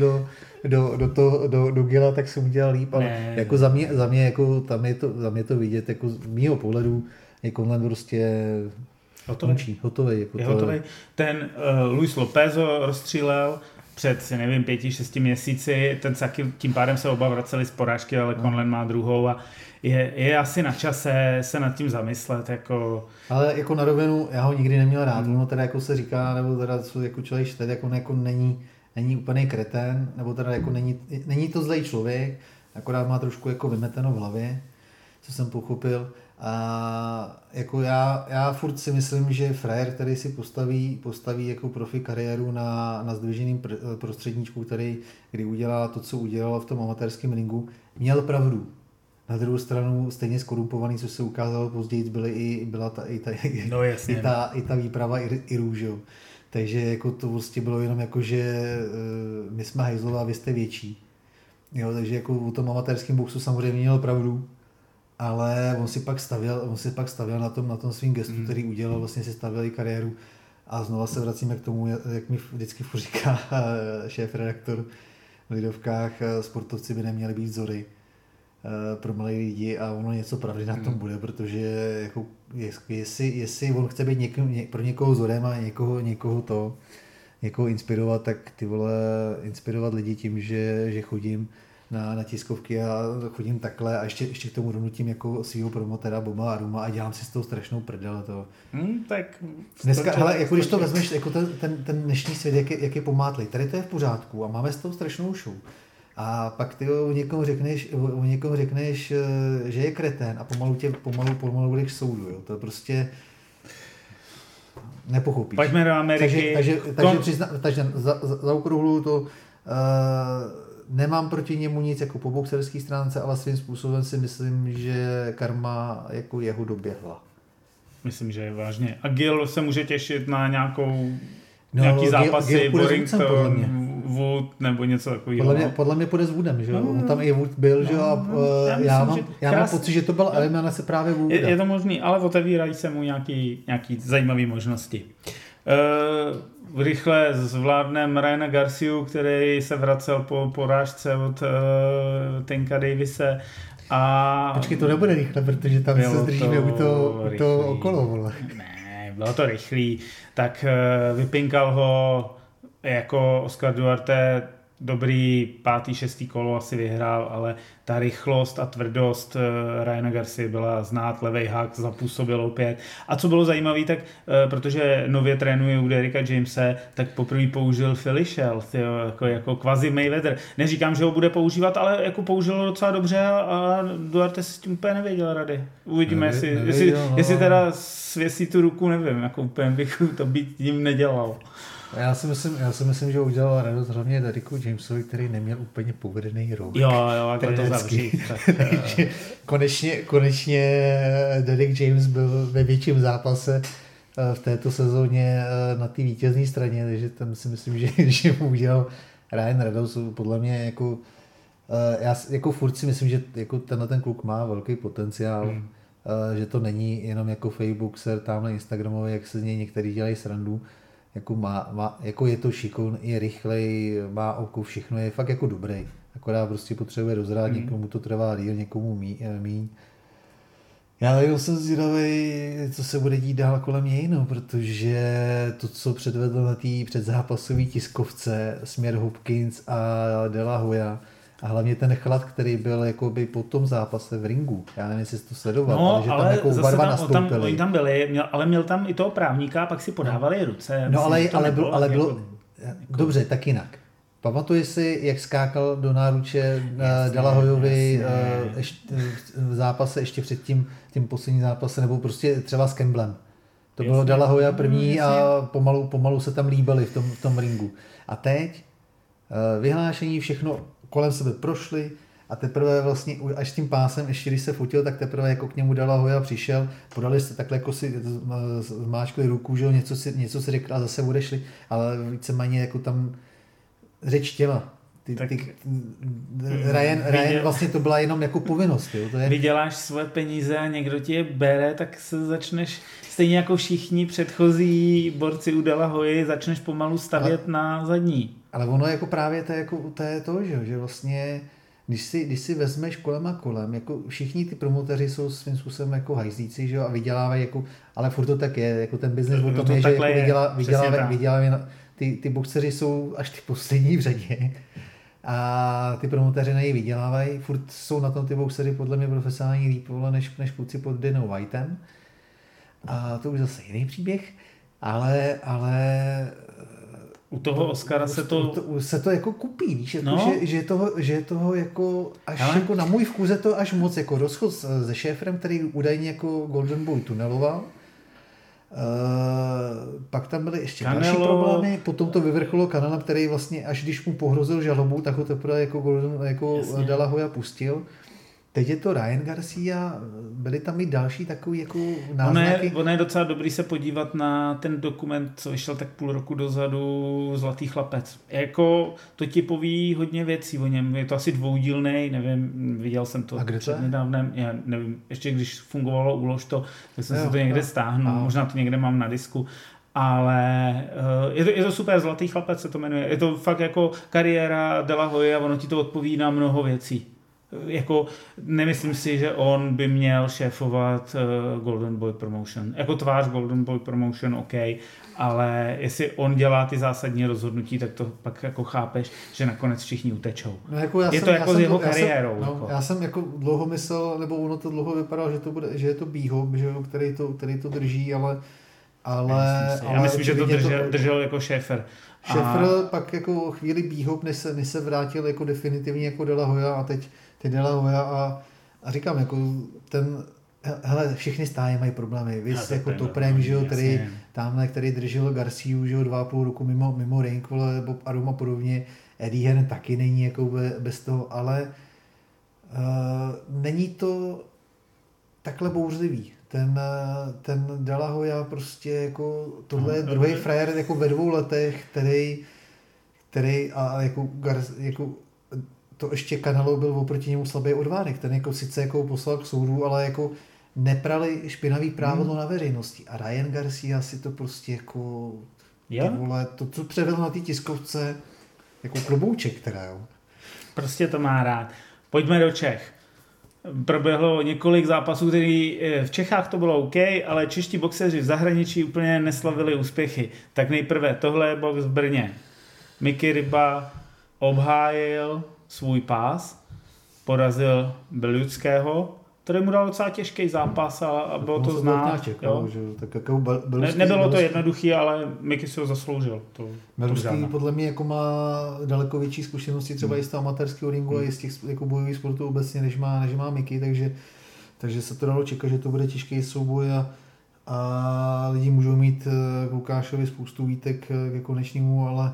do Gilla, tak jsem udělal líp, ale jako za mě jako tam je to, za mě to vidět, jako z mýho pohledu je Conlan prostě hotový. Jako je hotový. Ten Luis Lopez ho rozstřílel před, nevím, 5-6 měsíci, ten Saki, tím pádem se oba vraceli z porážky, ale Conlan má druhou a je asi na čase se nad tím zamyslet. Jako... Ale jako na rovinu, já ho nikdy neměl rád, ono teda jako se říká, nebo teda co jako člověk čte, jako není úplný kretén, nebo teda jako není to zlej člověk, akorát má trošku jako vymeteno v hlavě, co jsem pochopil. A jako já furt si myslím, že frajer, který si postaví jako profi kariéru na zdviženým prostředníčku, kdy udělá to, co udělal v tom amatérském ringu, měl pravdu. Na druhou stranu stejně skorumpovaný, co se ukázalo později, byla ta výprava i růžou. Takže jako to vlastně bylo jenom jako, že my jsme hajzlové a vy jste větší. Jo, takže jako o tom amatérském boxu samozřejmě měl pravdu. ale on si pak stavěl na tom svým gestu, který udělal, vlastně si stavěl i kariéru. A znova se vracíme k tomu, jak mi vždycky říká šéf-redaktor v Lidovkách, sportovci by neměli být vzory pro malé lidi a ono něco pravdy na tom bude, protože jako, jestli on chce být pro někoho vzorem a někoho inspirovat, tak ty vole, inspirovat lidi tím, že chodím na tiskovky a chodím takhle a ještě k tomu donutím jako svýho promotéra Boba Aruma a dělám si s tou strašnou prdele. Tak dneska, hele, jako když to vezmeš, jako ten dnešní svět, jak je pomátli, tady to je v pořádku a máme s tou strašnou show. A pak ty o někomu řekneš, že je kretén a pomalu budeš soudu. Jo. To je prostě nepochopíš. Pojďme do Ameriky. Takže za okruhlu to nemám proti němu nic jako po boxerské stránce, ale svým způsobem si myslím, že karma jako jeho doběhla. Myslím, že je vážně. A Gil se může těšit na nějaký zápasy, Warrington, Wood nebo něco takového. Podle mě půjde s Woodem, že jo? On tam i Wood byl, že jo? A já mám pocit, že to byl eliminace právě Wooda. Je to možný, ale otevírají se mu nějaký zajímavé možnosti. Rychle zvládneme Ryana Garciu, který se vracel po porážce od Tanka Davise. A počkej, to nebude rychle, protože tam se zdržíme u toho okolo. Vole. Ne, bylo to rychlý. Tak vypinkal ho jako Oscar Duarte, dobrý 5., 6. kolo asi vyhrál, ale ta rychlost a tvrdost Ryana Garcia byla znát, levej hák zapůsobil opět. A co bylo zajímavé, tak protože nově trénuje u Derricka Jamese, tak poprvé použil Philly Shell, jako quasi Mayweather. Neříkám, že ho bude používat, ale jako použil ho docela dobře a Duarte si s tím úplně nevěděl rady. Uvidíme, jestli teda svěsí tu ruku, nevím, jako úplně bych to být tím nedělal. Já si myslím, že udělal radost hlavně Derricku Jamesovi, který neměl úplně povedený rok. Jo, jako to zavřít. konečně Derrick James byl ve větším zápase v této sezóně na té vítězné straně, takže tam si myslím, že mu udělal Ryan radost. Podle mě já jako furt si myslím, že jako ten kluk má velký potenciál, že to není jenom jako Facebookser, tamhle Instagramový, jak se z něj některý dělají srandu. Jako jako je to šikovný, je rychlej, má oko, všechno je fakt jako dobrý. Akorát prostě potřebuje dozrát, někomu to trvá díl, někomu míň. Já jsem zvědavý, co se bude dít dál kolem něj, protože to, co předvedl na té předzápasové tiskovce směr Hopkins a De La Hoya, a hlavně ten chlad, který byl jakoby po tom zápase v ringu. Já nevím, jestli jsi to sledoval, ale že tam jako oba dva nastoupili. Oni tam byli, ale měl tam i toho právníka, pak si podávali ruce. No ale bylo dobře, tak jinak. Pamatuješ si, jak skákal do náruče De La Hoyovi v zápase ještě před tím posledním zápase, nebo prostě třeba s Campbellem. To bylo De La Hoya první a pomalu se tam líbali v tom ringu. A teď vyhlášení, všechno kolem sebe prošli a teprve vlastně až s tím pásem, ještě když se fotil, tak teprve jako k němu De La Hoya přišel, podali se takhle jako si zmáčkli ruku, že něco si řekl a zase odešli, ale víceméně jako tam řeč těla. Ryan vlastně to byla jenom jako povinnost. Jo? Vyděláš svoje peníze a někdo ti je bere, tak se začneš, stejně jako všichni předchozí borci u De La Hoy, začneš pomalu stavět na zadní. Ale ono jako právě to je to, že vlastně když si vezmeš kolem a kolem, jako všichni ty promoteři jsou svým způsobem jako hajzlíci, že jo, a vydělávají jako, ale furt to tak je, jako ten biznes o tom je, že jako vydělávají, ty boxeři jsou až ty poslední v řadě a ty promoteři na něj vydělávají, furt jsou na tom ty boxeři podle mě profesionální líp než kluci pod Danou Whitem a to už zase jiný příběh, ale u toho Oscara se to jako kupí, víš, jako, že toho jako až jako na můj vkus je to až moc jako rozchod se šéfrem, který údajně jako Golden Boy tuneloval. Pak tam byly ještě další problémy, potom to vyvrcholilo Canelem, který vlastně až když mu pohrozil žalobou, tak ho teprve jako De La Hoya pustil. Teď je to Ryan Garcia, byly tam i další takový jako náznaky. Ono je docela dobrý se podívat na ten dokument, co vyšel tak půl roku dozadu, Zlatý chlapec. Jako to ti poví hodně věcí o něm, je to asi dvoudílnej, nevím, viděl jsem to přednedávnem, já nevím, ještě když fungovalo Ulož to, tak jsem se to někde stáhnul, možná to někde mám na disku. Ale je to super, Zlatý chlapec se to jmenuje, je to fakt jako kariéra De La Hoya a ono ti to odpoví na mnoho věcí. Jako nemyslím si, že on by měl šéfovat Golden Boy Promotion. Jako tvář Golden Boy Promotion, OK, ale jestli on dělá ty zásadní rozhodnutí, tak to pak jako chápeš, že nakonec všichni utečou. No jako je to jako s jeho kariérou. Já jsem jako dlouho myslel, nebo ono to dlouho vypadalo, že je to B-Hop, který to drží, ale já myslím, že to držel jako Schaefer. Schaefer pak jako chvíli B-Hop, než se vrátil jako definitivně jako De La Hoya a teď De La Hoya a říkám, jako hele, všechny stáje mají problémy. Víš, jako Toprem, že jo, který držel Garciu, že jo, 2,5 roku mimo ring, vole, Bob Arum a podobně. Eddie Hearn taky není jako bez toho, ale není to takhle bouřlivý. Ten De La Hoya prostě jako tohle je druhý frajer jako ve 2 letech, který a jako to ještě Canelo byl oproti němu slabý odvádek. Ten jako sice jako poslal k soudu, ale jako neprali špinavý právo na veřejnosti. A Ryan Garcia si to prostě jako vole, to, co převedl na té tiskovce, jako klobouček teda, jo. Prostě to má rád. Pojďme do Čech. Proběhlo několik zápasů, který v Čechách to bylo OK, ale čeští boxeři v zahraničí úplně neslavili úspěchy. Tak nejprve tohle je box v Brně. Mickey Ryba obhájil svůj pás, porazil Beludského, který mu dal docela těžký zápas a bylo to znát. Nebylo to jednoduché, ale Mickey si ho zasloužil. Beludský podle mě jako má daleko větší zkušenosti třeba i z toho amatérského ringu a i z těch jako bojových sportů obecně, než má Mickey, takže se to dalo čekat, že to bude těžký souboj a lidi můžou mít k Lukášovi spoustu výtek ke konečnému, ale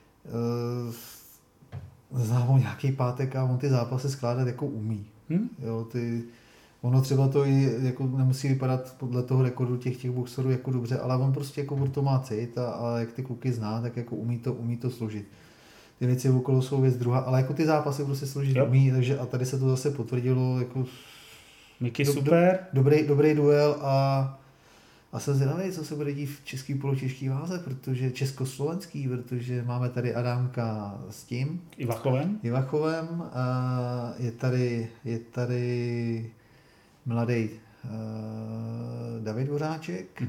znám ho nějaký pátek a on ty zápasy skládat jako umí. Jo, ono třeba to i jako nemusí vypadat podle toho rekordu těch boxerů jako dobře, ale on prostě jako to má cít a jak ty kluky zná, tak jako umí to složit. Ty věci okolo jsou věc druhá, ale jako ty zápasy prostě složit umí, takže a tady se to zase potvrdilo jako Mickey super. Dobrý duel a jsem zvědavý, co se bude dít v český polotěžký váze, protože československý, protože máme tady Adámka s tím. Ivachovem. Je tady mladý David Dvořáček.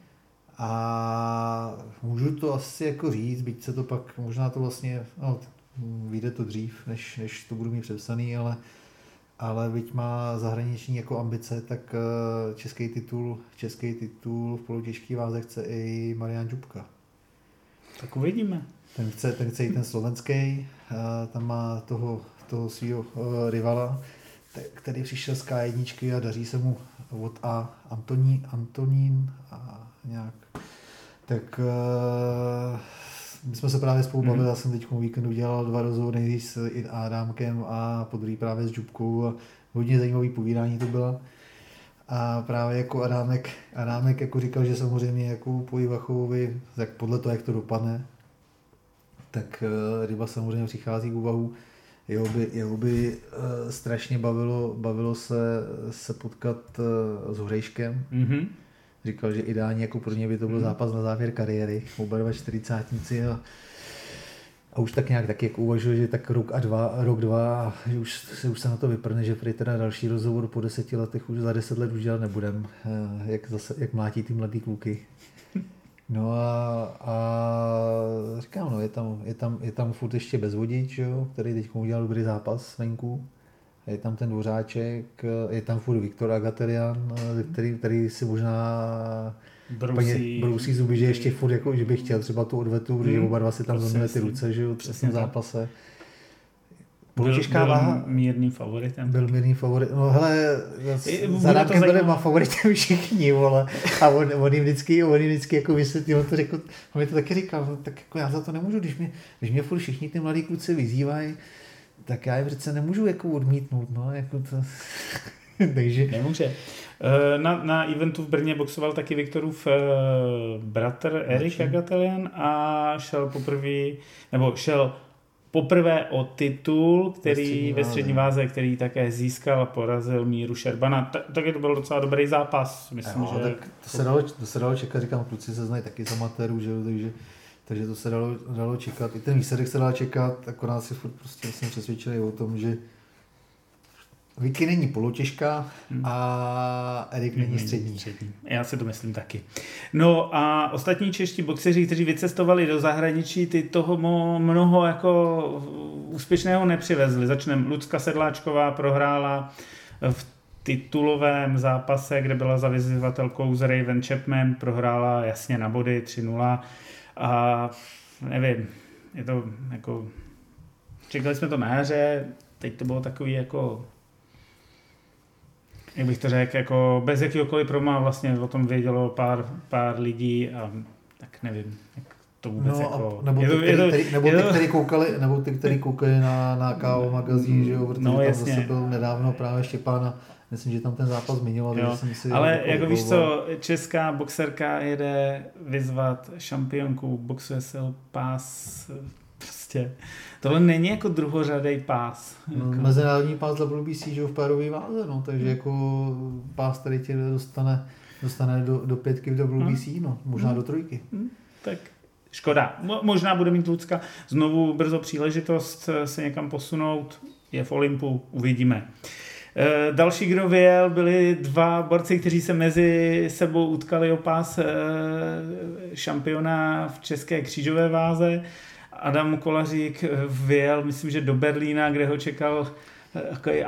A můžu to asi jako říct, byť se to pak, možná to vlastně, vyjde to dřív, než to budu mít přepsaný, ale byť má zahraniční jako ambice, tak český titul v polotěžký váze chce i Marián Džubka. Tak uvidíme. Ten chce i ten slovenský, tam má toho svého rivala, který přišel z K1 a daří se mu od Antonín a nějak. Tak my jsme se právě spolu bavili, já jsem teď o víkendu dělal 2 rozhovory s Adámkem a podruhý právě s Džubkou a hodně zajímavý povídání to bylo. A právě jako Adámek jako říkal, že samozřejmě jako po Ivachovovi, tak podle toho, jak to dopadne, tak Ryba samozřejmě přichází k úvahu. Jeho by strašně bavilo se potkat s Hořejškem. Říkal, že ideálně jako pro ně by to byl zápas na závěr kariéry. Oba dva 40níci a už tak nějak taky jako uvažuje, že tak rok, dva, že už se na to vyprne, že prý teda další rozhovor po 10 letech už za 10 let už dělat nebudem, jak mlátí ty mladý kluky. No a říkám, no, je tam furt ještě Bezvodič, jo, který teď udělal dobrý zápas venku. Je tam ten Dvořáček, je tam furt Viktor Agaterian, který si možná brousí zuby, že ještě furt jako, že by chtěl třeba tu odvetu, protože oba dva si tam zlomili ty ruce, že jo, přesně v zápase. Byl mírným favoritem. Byl mírný favorit. No hele, za Adámkem byli má favoritem všichni, vole. A on jim vždycky jako vysvětlil, on to řekl, on mi to taky říkal, no, tak jako já za to nemůžu, když mě furt všichni ty mladí kluci vyzývají, tak já je přece nemůžu jako odmítnout, no, jako to... Takže... Nemůže. Na eventu v Brně boxoval taky Viktorův bratr Erik Agatelian a šel poprvé o titul, který ve střední váze, který také získal a porazil Míru Šerbana. Taky to byl docela dobrý zápas. Myslím, jo, že... Tak to se dalo čekat, říkám, kluci se znají taky z amatérů, že jo, takže to se dalo čekat. I ten výsledek se dal čekat, akorát si furt prostě jsem přesvědčený o tom, že Vicky není polotěžká a Erik není střední. Já si to myslím taky. No a ostatní čeští boxeři, kteří vycestovali do zahraničí, ty toho mnoho jako úspěšného nepřivezli. Začneme. Lucka Sedláčková prohrála v titulovém zápase, kde byla za vyzývatelkou z Raven Chapman, prohrála jasně na body 3-0 a nevím, je to jako... Čekali jsme to na jaře, teď to bylo takový jako... Jak bych to řekl, jako bez jakýhokoliv proma vlastně o tom vědělo pár lidí a tak nevím, jak to vůbec jako... Nebo ty, kteří koukali na KO magazín, že jo, protože tam jasně. Zase byl nedávno právě Štěpán a myslím, že tam ten zápas zmiňoval. Ale jako víš co, česká boxerka jede vyzvat šampionku, boxuje se o pás, prostě... Tohle není jako druhořadej pás. Jako. Mezinárodní pás WBC, že v párové váze, no, takže jako pás, který tě dostane do 5 v WBC, no, možná do 3. Tak škoda. Možná bude mít Lucka znovu brzo příležitost se někam posunout. Je v Olympu, uvidíme. Další, kdo vyjel, byli 2 borci, kteří se mezi sebou utkali o pás šampiona v české křížové váze. Adam Kolařík vyjel, myslím, že do Berlína, kde ho čekal takový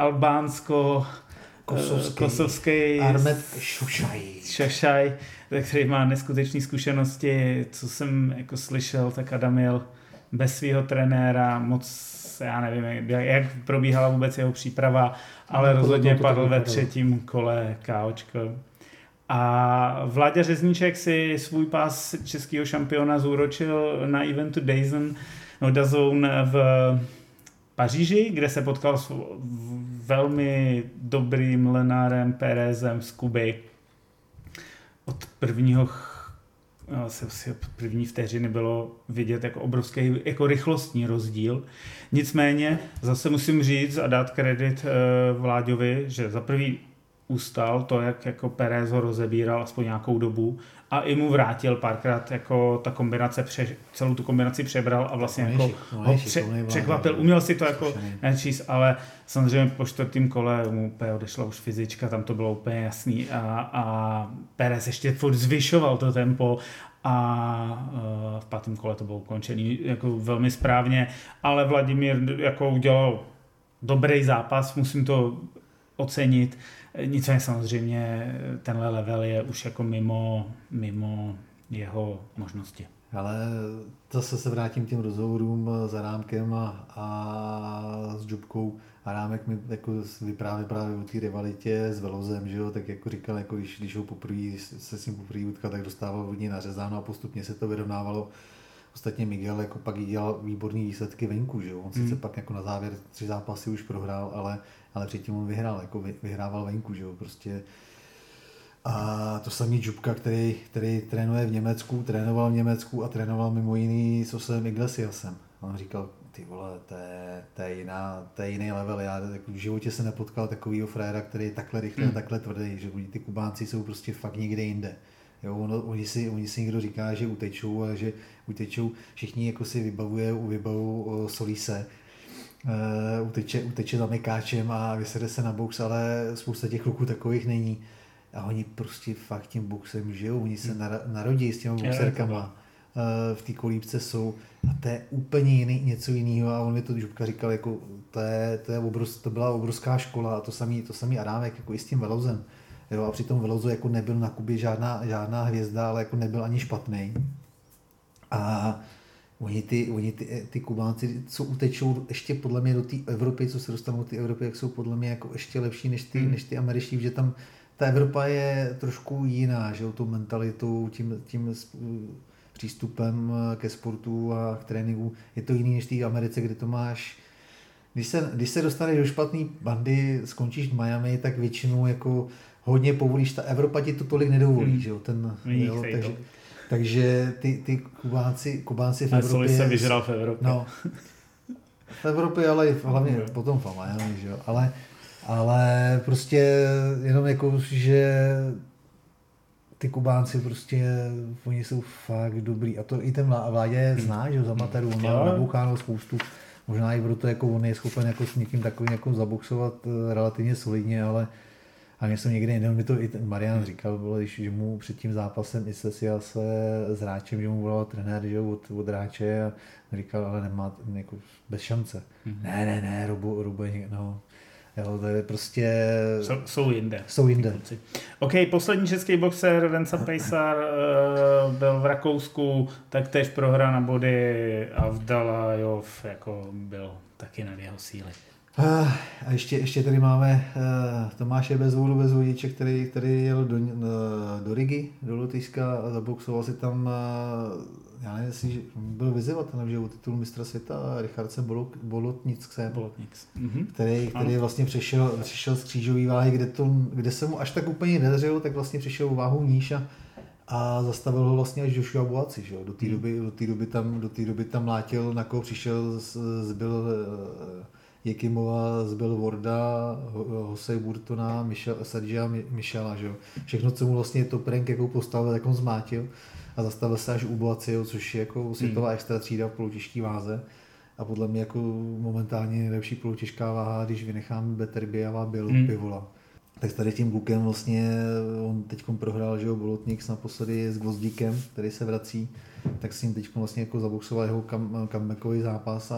albánsko-kosovský Ahmed Šošaj, který má neskutečné zkušenosti. Co jsem jako slyšel, tak Adam jel bez svého trenéra, moc, já nevím, jak probíhala vůbec jeho příprava, ale rozhodně padl ve 3. kole KOčko. A Vláďa Řezníček si svůj pás českého šampiona zúročil na eventu DAZN v Paříži, kde se potkal s velmi dobrým Lenárem Pérezem z Kuby. Od první vteřiny bylo vidět jako obrovský jako rychlostní rozdíl. Nicméně zase musím říct a dát kredit Vláďovi, že za prvý ustal to, jak jako Pérez ho rozebíral aspoň nějakou dobu a i mu vrátil párkrát jako ta kombinace, celou tu kombinaci přebral a vlastně jako ho překvapil. Uměl si to jako nečíst, ale samozřejmě po 4. kole mu úplně odešla už fyzička, tam to bylo úplně jasný a Pérez ještě furt zvyšoval to tempo a v 5. kole to bylo ukončený jako velmi správně, ale Vladimír jako udělal dobrý zápas, musím to ocenit. Nicméně samozřejmě tenhle level je už jako mimo jeho možnosti. Ale zase se vrátím k těm rozhovorům s Arámkem a s Džubkou. Arámek mi jako vyprávěl právě o té rivalitě s Velozem, že jo, tak jako říkal, jako když ho se s ním poprvé utkal, tak dostával hodně nařezáno a postupně se to vyrovnávalo. Ostatně Miguel jako pak dělal výborný výsledky venku, že jo. On sice pak jako na závěr 3 zápasy už prohrál, ale předtím on vyhrával venku, že jo, prostě. A to samý Džubka, který trénuje v Německu, trénoval v Německu a trénoval mimo jiný s Josem Iglesiasem. A on říkal, ty vole, to je jiný level, já jako v životě se nepotkal takovýho fréra, který je takhle rychlý a takhle tvrdý, že ty Kubánci jsou prostě fakt někde jinde. Jo, oni si někdo říká, že utečou a že utečou, všichni jako si vybavují Solise, uteče za Mekáčem a vysede se na box, ale spousta těch kluků takových není. A oni prostě fakt tím boxem žijou, oni se narodí s těma boxerkama, v té kolíbce jsou a to je úplně něco jiného a on mi to Žubka říkal, jako to byla obrovská škola a to samý Arámek jako i s tím Velozem. Jo, a přitom Velozo jako nebyl na Kubě žádná hvězda, ale jako nebyl ani špatný. A oni ty Kubánci, co utečou ještě podle mě do té Evropy, co se dostanou do té Evropy, jak jsou podle mě jako ještě lepší než ty američtí, že tam ta Evropa je trošku jiná, že jo, tou mentalitou, tím přístupem ke sportu a k tréninku. Je to jiný než v té Americe, kde to máš když se dostaneš do špatné bandy, skončíš v Miami, tak většinou jako hodně povolíš, ta Evropa ti to tolik nedovolí, že jo, takže ty Kubánci v Evropě... se vyžral v Evropě. No, v Evropě, ale hlavně potom v Miami, že jo, ale prostě jenom jako, že ty Kubánci prostě, oni jsou fakt dobrý a to i ten Vládě zná, že jo, z amatérů, on má naboucháno spoustu, možná i proto jako on je schopen jako s někým takovým jako zaboxovat relativně solidně, ale a mě jsem někde jinde, mi to i ten Marian říkal, bylo, že mu před tím zápasem i se s Ráčem, že mu volal trenér, že od Ráče a říkal, ale nemá, jako bez šance. Ne, Rubo je no. Jo, to je prostě... Jsou jinde. OK, poslední český boxer Venca Pejsar byl v Rakousku, taktéž prohra na body a Avdalajov jako byl taky nad jeho síly. A ještě tady máme Tomáše Bezvodiče, který jel do Rigi, do Lotyšska a zaboxoval si tam, já nevím, jestli byl vyzývatel, že o titul mistra světa Richardse Bolotnic, který vlastně přišel z křížové váhy, kde se mu až tak úplně nedařilo, tak vlastně přišel váhu níž a zastavil ho vlastně až Joshua Buatsi, že jo. Do té doby tam mlátil, na koho přišel, zbyl Jekimova, zbyl Warda, Jose Burtona, Sergia Michela, že jo. Všechno, co mu vlastně top rank jako postavil, tak on zmátil a zastavil se až u Buatsiho, což je jako světová extra třída v polotěžké váze. A podle mě jako momentálně nejlepší polotěžká váha, když vynecháme Beterbiev Pivola. Tak tady tím klukem vlastně, on teď prohrál, že jo, Bolotník naposledy s Gvozdíkem, který se vrací, tak s ním teď vlastně jako zaboxoval jeho comebackový zápas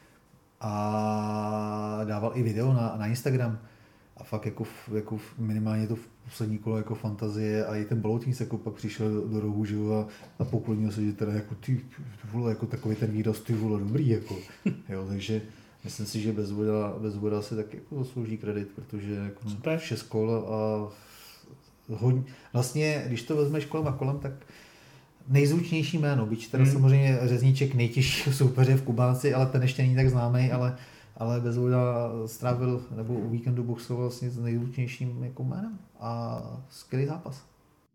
a dával i video na Instagram. A fakt jako minimálně to v poslední kolo jako fantazie a i ten Bolotník jako pak přišel do rohu, že jo, a poklonil se, že teda jako ty vole, jako takový ten výraz, ty vole, dobrý, jako, jo, takže myslím si, že Bezvoda si taky jako zaslouží kredit, protože jako 6 kol a hodně, vlastně, když to vezmeš kolem a kolem, tak nejzvučnější jméno, byť teda samozřejmě Řezníček nejtěžší soupeře v Kubánci, ale ten ještě není tak známý, ale Bezvoda strávil, nebo u víkendu boxoval vlastně s nejzvučnějším jako jménem a skvělý zápas.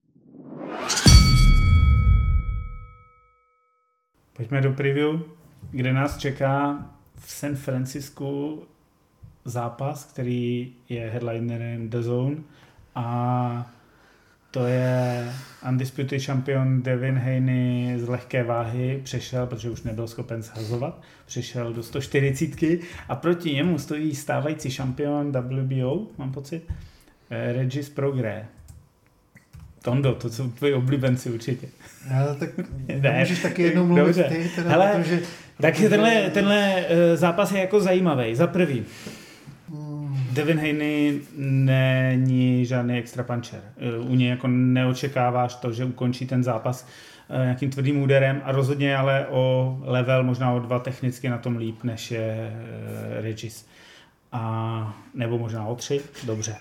Pojďme do preview, kde nás čeká v San Francisku zápas, který je headlinerem The Zone a to je undisputed šampion Devin Haney z lehké váhy, přešel, protože už nebyl schopen shazovat, přešel do 140 a proti němu stojí stávající šampion WBO, mám pocit, Regis Prograis. Tondo, to jsou tvoji oblíbenci určitě. Ale tak můžeš taky jednou mluvit ty, teda, hele, protože... Tak tenhle zápas je jako zajímavý. Za prvý, Devin Haney není žádný extra puncher. U něj jako neočekáváš to, že ukončí ten zápas nějakým tvrdým úderem a rozhodně ale o level, možná o 2 technicky na tom líp, než je Regis. A nebo možná o 3, dobře.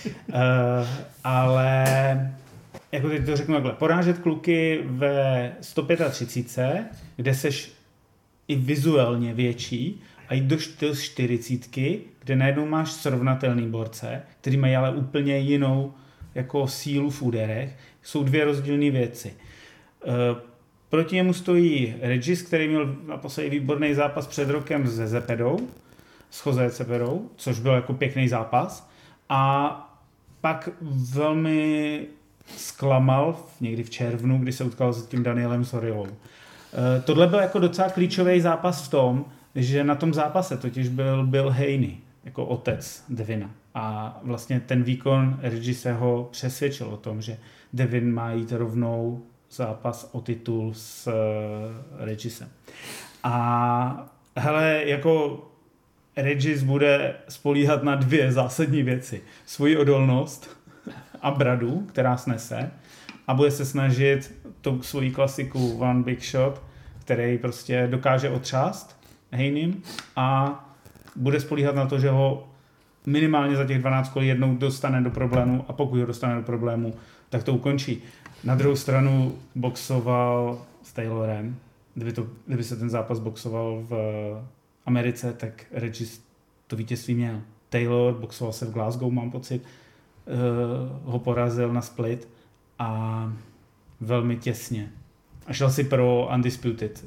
Ale jako teď to řeknu takhle, porážet kluky ve 135, kde seš i vizuálně větší a jít do 40, kde najednou máš srovnatelný borce, který mají ale úplně jinou jako sílu v úderech, jsou 2 rozdílné věci. Proti němu stojí Regis, který měl naposledy výborný zápas před rokem se Zepedou, s Jose Cepedou, což byl jako pěkný zápas. A pak velmi zklamal někdy v červnu, kdy se utkal s tím Danielem Sorilou. Tohle byl jako docela klíčový zápas v tom, že na tom zápase totiž byl Bill Haney, jako otec Devina. A vlastně ten výkon Regise ho přesvědčil o tom, že Devin má jít rovnou zápas o titul s Regisem. A hele, jako Regis bude spolíhat na 2 zásadní věci. Svoji odolnost a bradu, která snese, a bude se snažit tu svoji klasiku One Big Shot, který prostě dokáže otřást Haneym a bude spolíhat na to, že ho minimálně za těch 12 kol jednou dostane do problému a pokud ho dostane do problému, tak to ukončí. Na druhou stranu boxoval s Taylorem. Kdyby se ten zápas boxoval v Americe, tak Regis to vítězství měl. Taylor boxoval se v Glasgow, mám pocit, ho porazil na split a velmi těsně. A šel si pro Undisputed.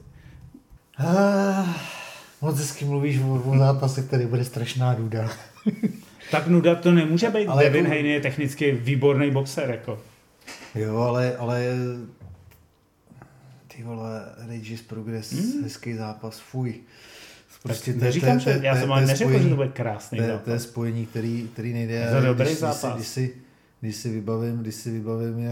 Moc hezky mluvíš o zápase, který bude strašná nuda. Tak nuda to nemůže být. Ale Devin Haney je technicky výborný boxer. Jako. Jo, ale ty vole, Regis Progress, hezký zápas, fuj. Prostě neříkám, že já jsem ale neřekl, že to bude krásný zápas. To je spojení, který nejde. Za dobrý zápas. Když si vybavím,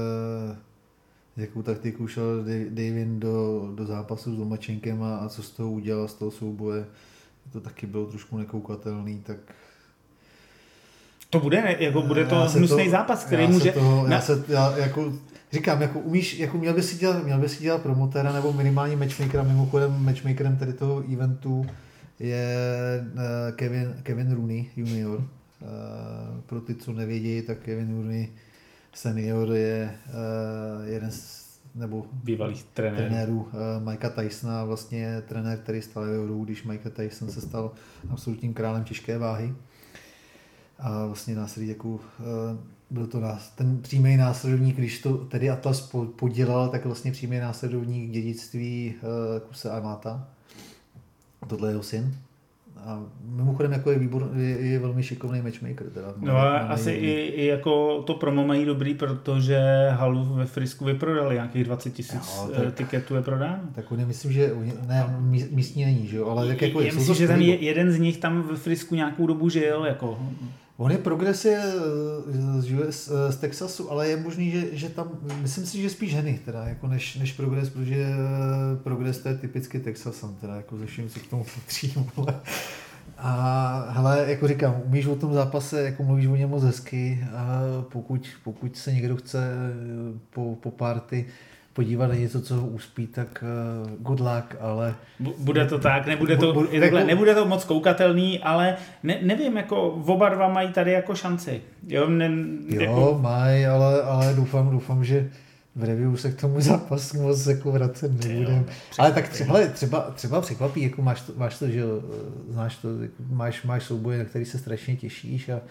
jakou taktiku šel Davin do zápasu s Lomačenkem a co z toho udělal, z toho souboje, to taky bylo trošku nekoukatelný, tak... To bude, jako bude to hnusný zápas, který může... Říkám, měl by si dělat promotéra nebo minimální matchmakera. Mimochodem matchmakerem tady toho eventu je Kevin Rooney junior. Pro ty, co nevědí, tak Kevin Rooney senior je jeden z bývalých trenérů Mikea Tysona, vlastně trenér, který stál v Euro, když Mike Tyson se stal absolutním králem těžké váhy. A vlastně následníku byl to ten přímý následovník, když to tedy Atlas podělal, tak vlastně přímý následovník dědictví Kuse Amata. Tohle je jeho syn. A mimochodem jako je velmi šikovný matchmaker. Teda. No a asi i jako to promo mají dobrý, protože halu ve Frisku vyprodali, nějakých 20 000 tiketů je prodáno. Tak myslím, že místní není, že jo? Ale tak jako je myslím, že ten jeden z nich tam ve Frisku nějakou dobu žil. Jako. On je Progress z Texasu, ale je možný, že tam, myslím si, že spíš ženy, teda, jako než Progress, protože Progress to je typicky Texasan, teda, jako ze vším, co k tomu patří. A hele, jako říkám, umíš o tom zápase, jako mluvíš o něm moc hezky, a pokud se někdo chce po party podívat na něco, co ho uspí, tak good luck, ale... Bude to tak, nebude to moc koukatelný, ale nevím, jako oba dva mají tady jako šanci. Jo, mají, ale doufám, že v review se k tomu zápasu moc jako vracet nebudem. Ale tak třeba překvapí, jako máš to, že znáš to, máš souboje, na který se strašně těšíš a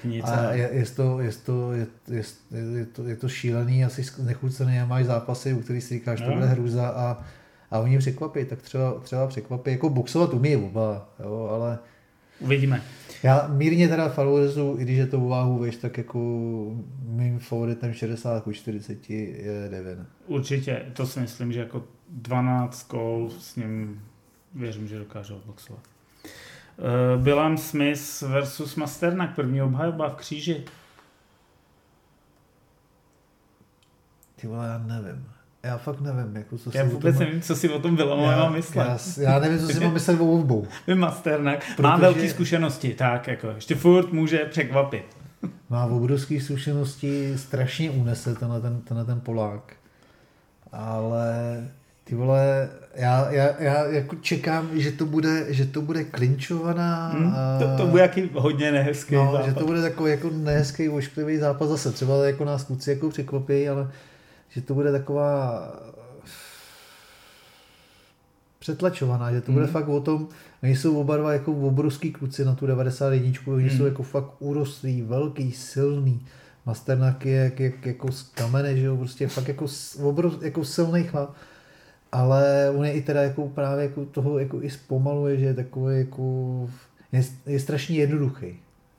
je to šílený, asi nechucený a máš zápasy, u kterých si říkáš, to bude hrůza a oni překvapí, tak třeba překvapí, jako boxovat umí oba, jo, ale... Uvidíme. Já mírně teda favorizuju, i když je to o váhu veš, tak jako mým favoritem 60-40 je Devin. Určitě, to si myslím, že jako 12 kol s ním věřím, že dokáže odboxovat. Billam Smith versus Masternak, první obhajoba v kříži. Ty vole, já nevím. Já fakt nevím, jako co já vůbec nevím, co si o tom Billamovi mám myslet. Já nevím, co si mám myslet o obou. Masternak má velké zkušenosti, tak jako ještě furt může překvapit. Má obrovské zkušenosti, strašně unese ten Polák. Ale ty vole, já jako čekám, že to bude klinčovaná. To bude jaký hodně nehezký zápas. Že to bude takový jako nehezký, ošklivý zápas zase. Třeba jako nás kluci jako překvapí, ale že to bude taková přetlačovaná, že to bude fakt o tom, oni jsou oba dva jako obrovský kluci na tu 91, oni jsou jako fakt urostlý, velký, silný. Masternak je jako z kamene, že jo, prostě fakt jako silný chlap. Ale on je i teda jako právě jako toho jako i zpomaluje, že je takový jako je strašně jednoduchý.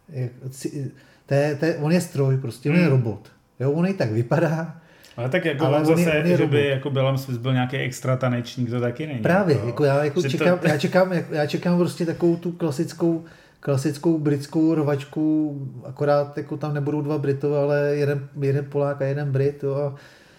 On je stroj, prostě on je robot. Jo, on i tak vypadá. Ale tak jako ale zase, že by jako Billam Smith byl nějaký extra tanečník, to taky není. Právě, jako já čekám prostě takovou tu klasickou britskou rovačku, akorát jako tam nebudou dva Britové, ale jeden Polák a jeden Brit. Jo.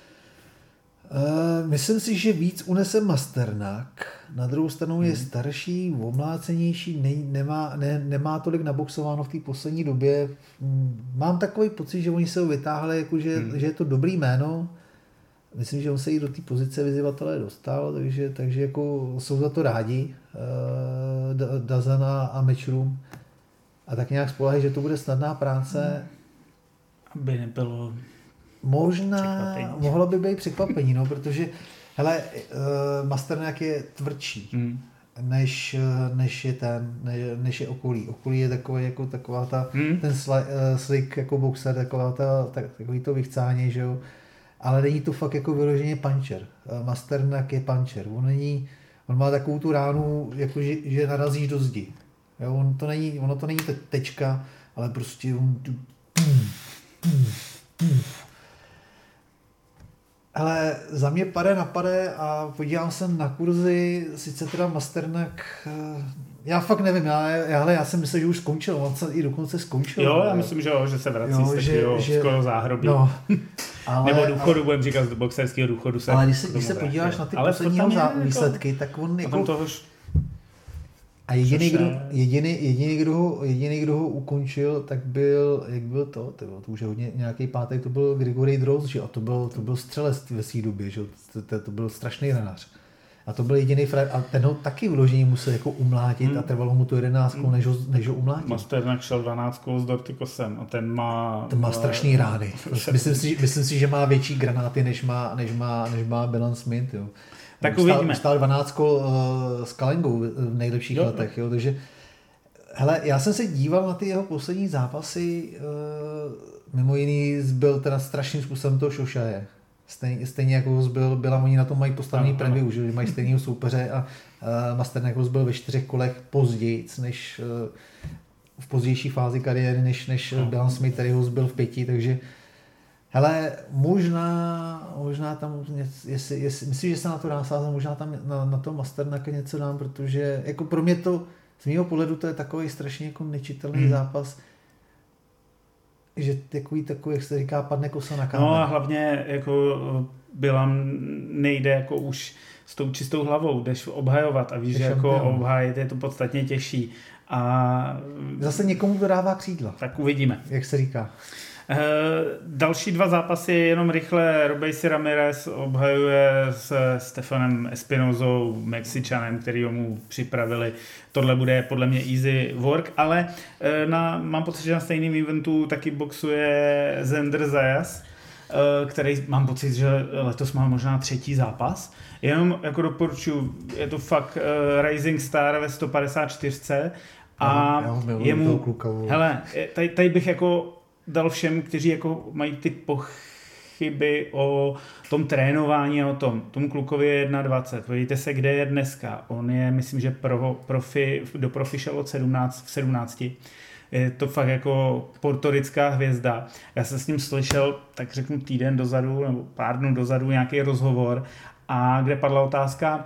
Myslím si, že víc unese Masternak. Na druhou stranu je starší, omlácenější, nemá tolik naboxováno v té poslední době. Mám takový pocit, že oni se ho vytáhli, jako že je to dobrý jméno. Myslím, že on se i do té pozice vyzývatele dostal, takže jako jsou za to rádi. Dazan a Matchroom. A tak nějak spolehají, že to bude snadná práce. Aby nebylo... Možná, mohlo by být překvapení, no, protože hele, Masternak je tvrdší. než je Okolí. Okolí je takový, jako taková ta, ten slick jako boxer, takový to vychcání, že jo. Ale není to fakt jako vyloženě puncher. Masternak je puncher. On má takovou tu ránu, jako že narazíš do zdi. Jo, ono to není tečka, ale prostě ale za mě pade a podívám se na kurzy, sice teda Masternak, já fakt nevím, já jsem myslel, že už skončil, on se i dokonce skončil. Jo, já myslím, že se vrací z takového skoro záhrobí. No, nebo důchodu, budeme říkat z boxerského důchodu. Ale když se podíváš na ty poslední výsledky, tak on jako... A jediný, kdo ho ukončil, tak byl, jak byl to už je hodně nějaký pátek, to byl Grigory Droz, že? A to byl střelec ve své době, že? To byl strašný hráč. A to byl jediný frajer, a ten ho taky vložení musel jako umlátit a trvalo mu to 11, než ho umlátil. Masternak šel 12 s Dortikosem a ten má strašný rány. Myslím si, že má větší granáty, než má Belan Smith, jo. Tak uvidíme. Stál 12 s Kalengou v nejlepších letech, jo, takže hele, já jsem se díval na ty jeho poslední zápasy, mimo jiný byl teda strašným způsobem toho Šošaje. Stejně jako byla, oni na tom mají postavený preview, že mají stejného soupeře a Masternak byl ve 4 kolech později, než v pozdější fázi kariéry, než Belan Smith, který ho byl v 5, takže hele, možná tam, myslím, že se na to dá sázet, možná tam na to Masternaka něco dám, protože jako pro mě to, z mého pohledu to je takový strašně jako nečitelný zápas, že takový, jak se říká, padne kosa na kámen. No a hlavně jako Bilan nejde jako už s tou čistou hlavou, jdeš obhajovat a víš, že jako obhájit je to podstatně těžší. A zase někomu dodává křídla. Tak uvidíme. Jak se říká. Další 2 zápasy, jenom rychle. Robeisy Ramirez obhajuje s Stefanem Espinozou, Mexičanem, který mu připravili. Tohle bude podle mě easy work, ale mám pocit, že na stejném eventu taky boxuje Zender Zayas, který mám pocit, že letos má možná 3. zápas. Jenom jako doporučuji, je to fakt Rising Star ve 154 a jemu, hele, tady bych jako dal všem, kteří jako mají ty pochyby o tom trénování a o tom klukovi je 21. Podívejte se, kde je dneska. On je, myslím, že do profi šel od 17. Je to fakt jako portorická hvězda. Já jsem s ním slyšel, tak řeknu týden dozadu, nebo pár dnů dozadu nějaký rozhovor, a kde padla otázka,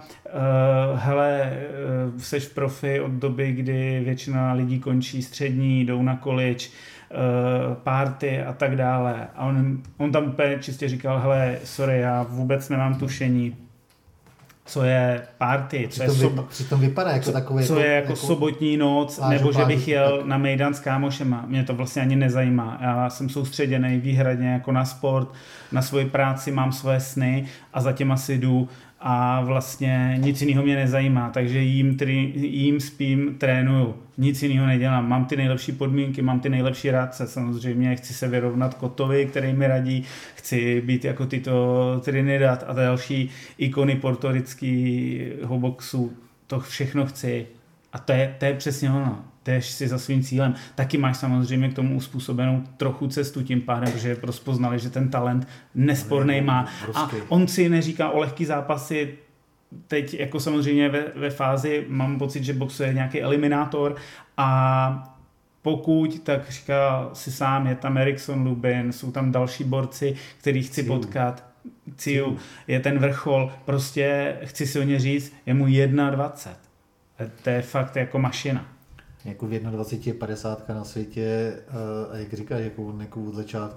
hele, seš v profi od doby, kdy většina lidí končí střední, jdou na college, party a tak dále. A on tam úplně čistě říkal, hele, sorry, já vůbec nemám tušení, co je party, přitom vypadá jako takový, co je jako sobotní noc, nebo že bych jel na mejdan s kámošema. Mě to vlastně ani nezajímá. Já jsem soustředěný výhradně jako na sport, na svoji práci, mám svoje sny a zatím asi jdu a vlastně nic jiného mě nezajímá, takže jím spím, trénuju, nic jiného nedělám. Mám ty nejlepší podmínky, mám ty nejlepší rádce, samozřejmě chci se vyrovnat Kotovi, který mi radí, chci být jako tyto Trinidad a další ikony portorického boxu, to všechno chci a to je přesně ono. Jdeš si za svým cílem. Taky máš samozřejmě k tomu uspůsobenou trochu cestu tím pádem, protože rozpoznali, že ten talent nespornej má. A on si neříká o lehký zápasy, teď jako samozřejmě ve fázi mám pocit, že boxuje nějaký eliminátor a pokud, tak říká si sám, je tam Erickson Lubin, jsou tam další borci, který chci potkat. Ciu je ten vrchol, prostě chci si o ně říct, je mu 21. To je fakt jako mašina. Jako v 21 je 50 na světě a jak říkáš, jako od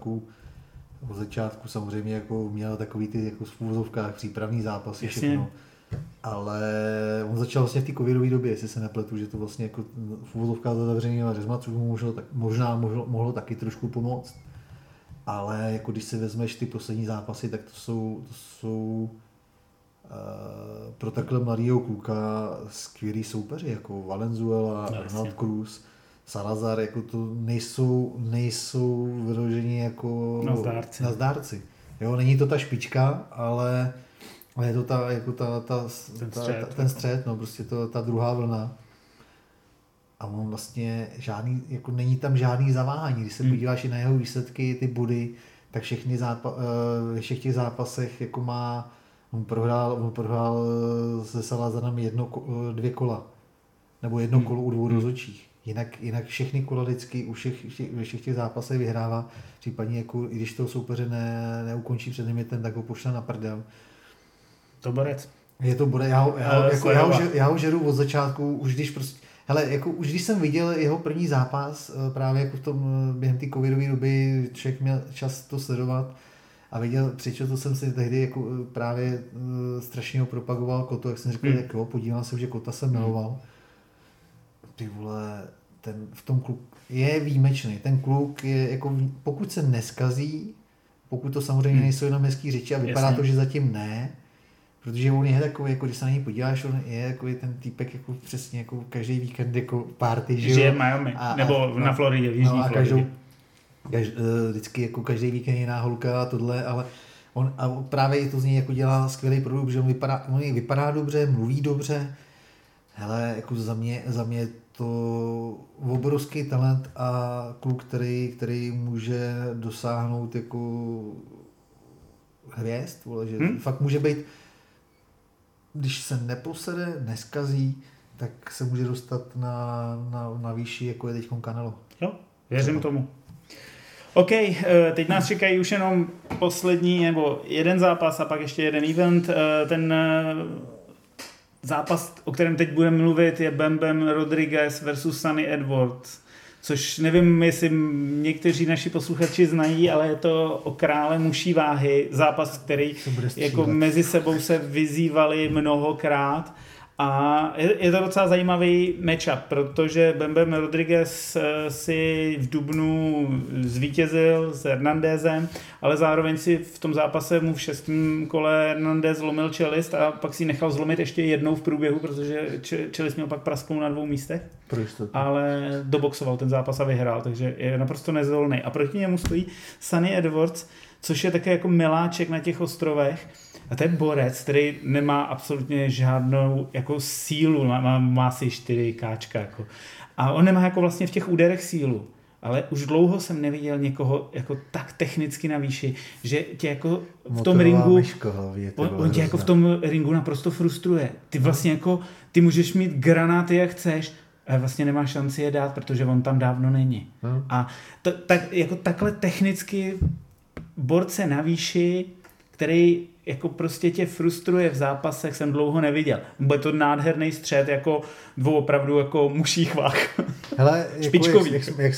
začátku samozřejmě jako měl takový ty jako v úvozovkách přípravný zápasy, všechno. Ale on začal vlastně v té covidové době, jestli se nepletu, že to vlastně jako v úvozovkách zavřený řezma, což mu možná mohlo taky trošku pomoct. Ale jako když si vezmeš ty poslední zápasy, tak to jsou pro takhle mladýho kluka skvělý soupeři, jako Valenzuela, Arnold Cruz, Salazar, jako to nejsou vyloženi jako nazdárci. Jo, není to ta špička, ale Ale je to ten střed, no, prostě ta druhá vlna. A on vlastně žádný, jako není tam žádný zaváhání. Když se podíváš i na jeho výsledky, ty body, tak ve všech těch zápasech jako on prohrál se Salazarem 2 kola. Nebo 1 kolo u 2 rozhodčích. Jinak všechny kola vždycky ve všech těch zápasech vyhrává. Případně jako, i když toho soupeře neukončí před limitem, tak ho pošle na prdel. To borec. Je to borec. Já ho žeru od začátku, už když jsem viděl jeho první zápas, právě jako během té covidové doby, člověk měl čas to sledovat a viděl, přečetl jsem si tehdy jako právě strašně ho propagoval Koto, jak jsem říkal, tak jo, podíval jsem, že Kota jsem miloval. Ty vole, ten v tom kluk je výjimečný. Ten kluk je jako, pokud se neskazí, pokud to samozřejmě nejsou jenom hezký řeči a vypadá to, že zatím ne, protože on je takový, jako když se na něj podíváš, on je takový ten týpek, jako přesně jako každý víkend jako party, že jo. Žije v Miami, nebo na Floridě, v jižní Floridě. Vždycky jako každý víkend jiná holka a tohle, ale on a právě i to z něj jako dělá skvělý produkt, že on vypadá dobře, mluví dobře. Hele, jako za mě to obrovský talent a kluk, který může dosáhnout jako hvězd, že fakt může být, když se neposede, neskazí, tak se může dostat na výši, jako je teď Canelo. Jo, věřím tomu. OK, teď nás čekají už jenom poslední, nebo jeden zápas a pak ještě jeden event. Ten zápas, o kterém teď budeme mluvit, je Bam Bam Rodriguez versus Sunny Edwards. Což nevím, jestli někteří naši posluchači znají, ale je to o krále muší váhy. Zápas, který jako mezi sebou se vyzývali mnohokrát. A je to docela zajímavý matchup, protože Bam Bam Rodriguez si v dubnu zvítězil s Hernandezem, ale zároveň si v tom zápase mu v 6. kole Hernandez zlomil čelist a pak si nechal zlomit ještě jednou v průběhu, protože čelist měl pak prasknout na 2 místech. Ale doboxoval ten zápas a vyhrál, takže je naprosto nezvolný. A proti němu stojí Sunny Edwards, což je také jako miláček na těch ostrovech. A to je borec, který nemá absolutně žádnou jako sílu, má asi 4 káčka. Jako. A on nemá jako vlastně v těch úderech sílu. Ale už dlouho jsem neviděl někoho jako tak technicky na výši, že tě jako v tom ringu, on tě jako v tom ringu naprosto frustruje. Ty vlastně jako, ty můžeš mít granáty jak chceš, ale vlastně nemáš šanci je dát, protože on tam dávno není. A jako takhle technicky borce na výši, který jako prostě tě frustruje v zápasech, jsem dlouho neviděl. Bude to nádherný střed, jako 2 opravdu jako muších vah. Hele, špičkový.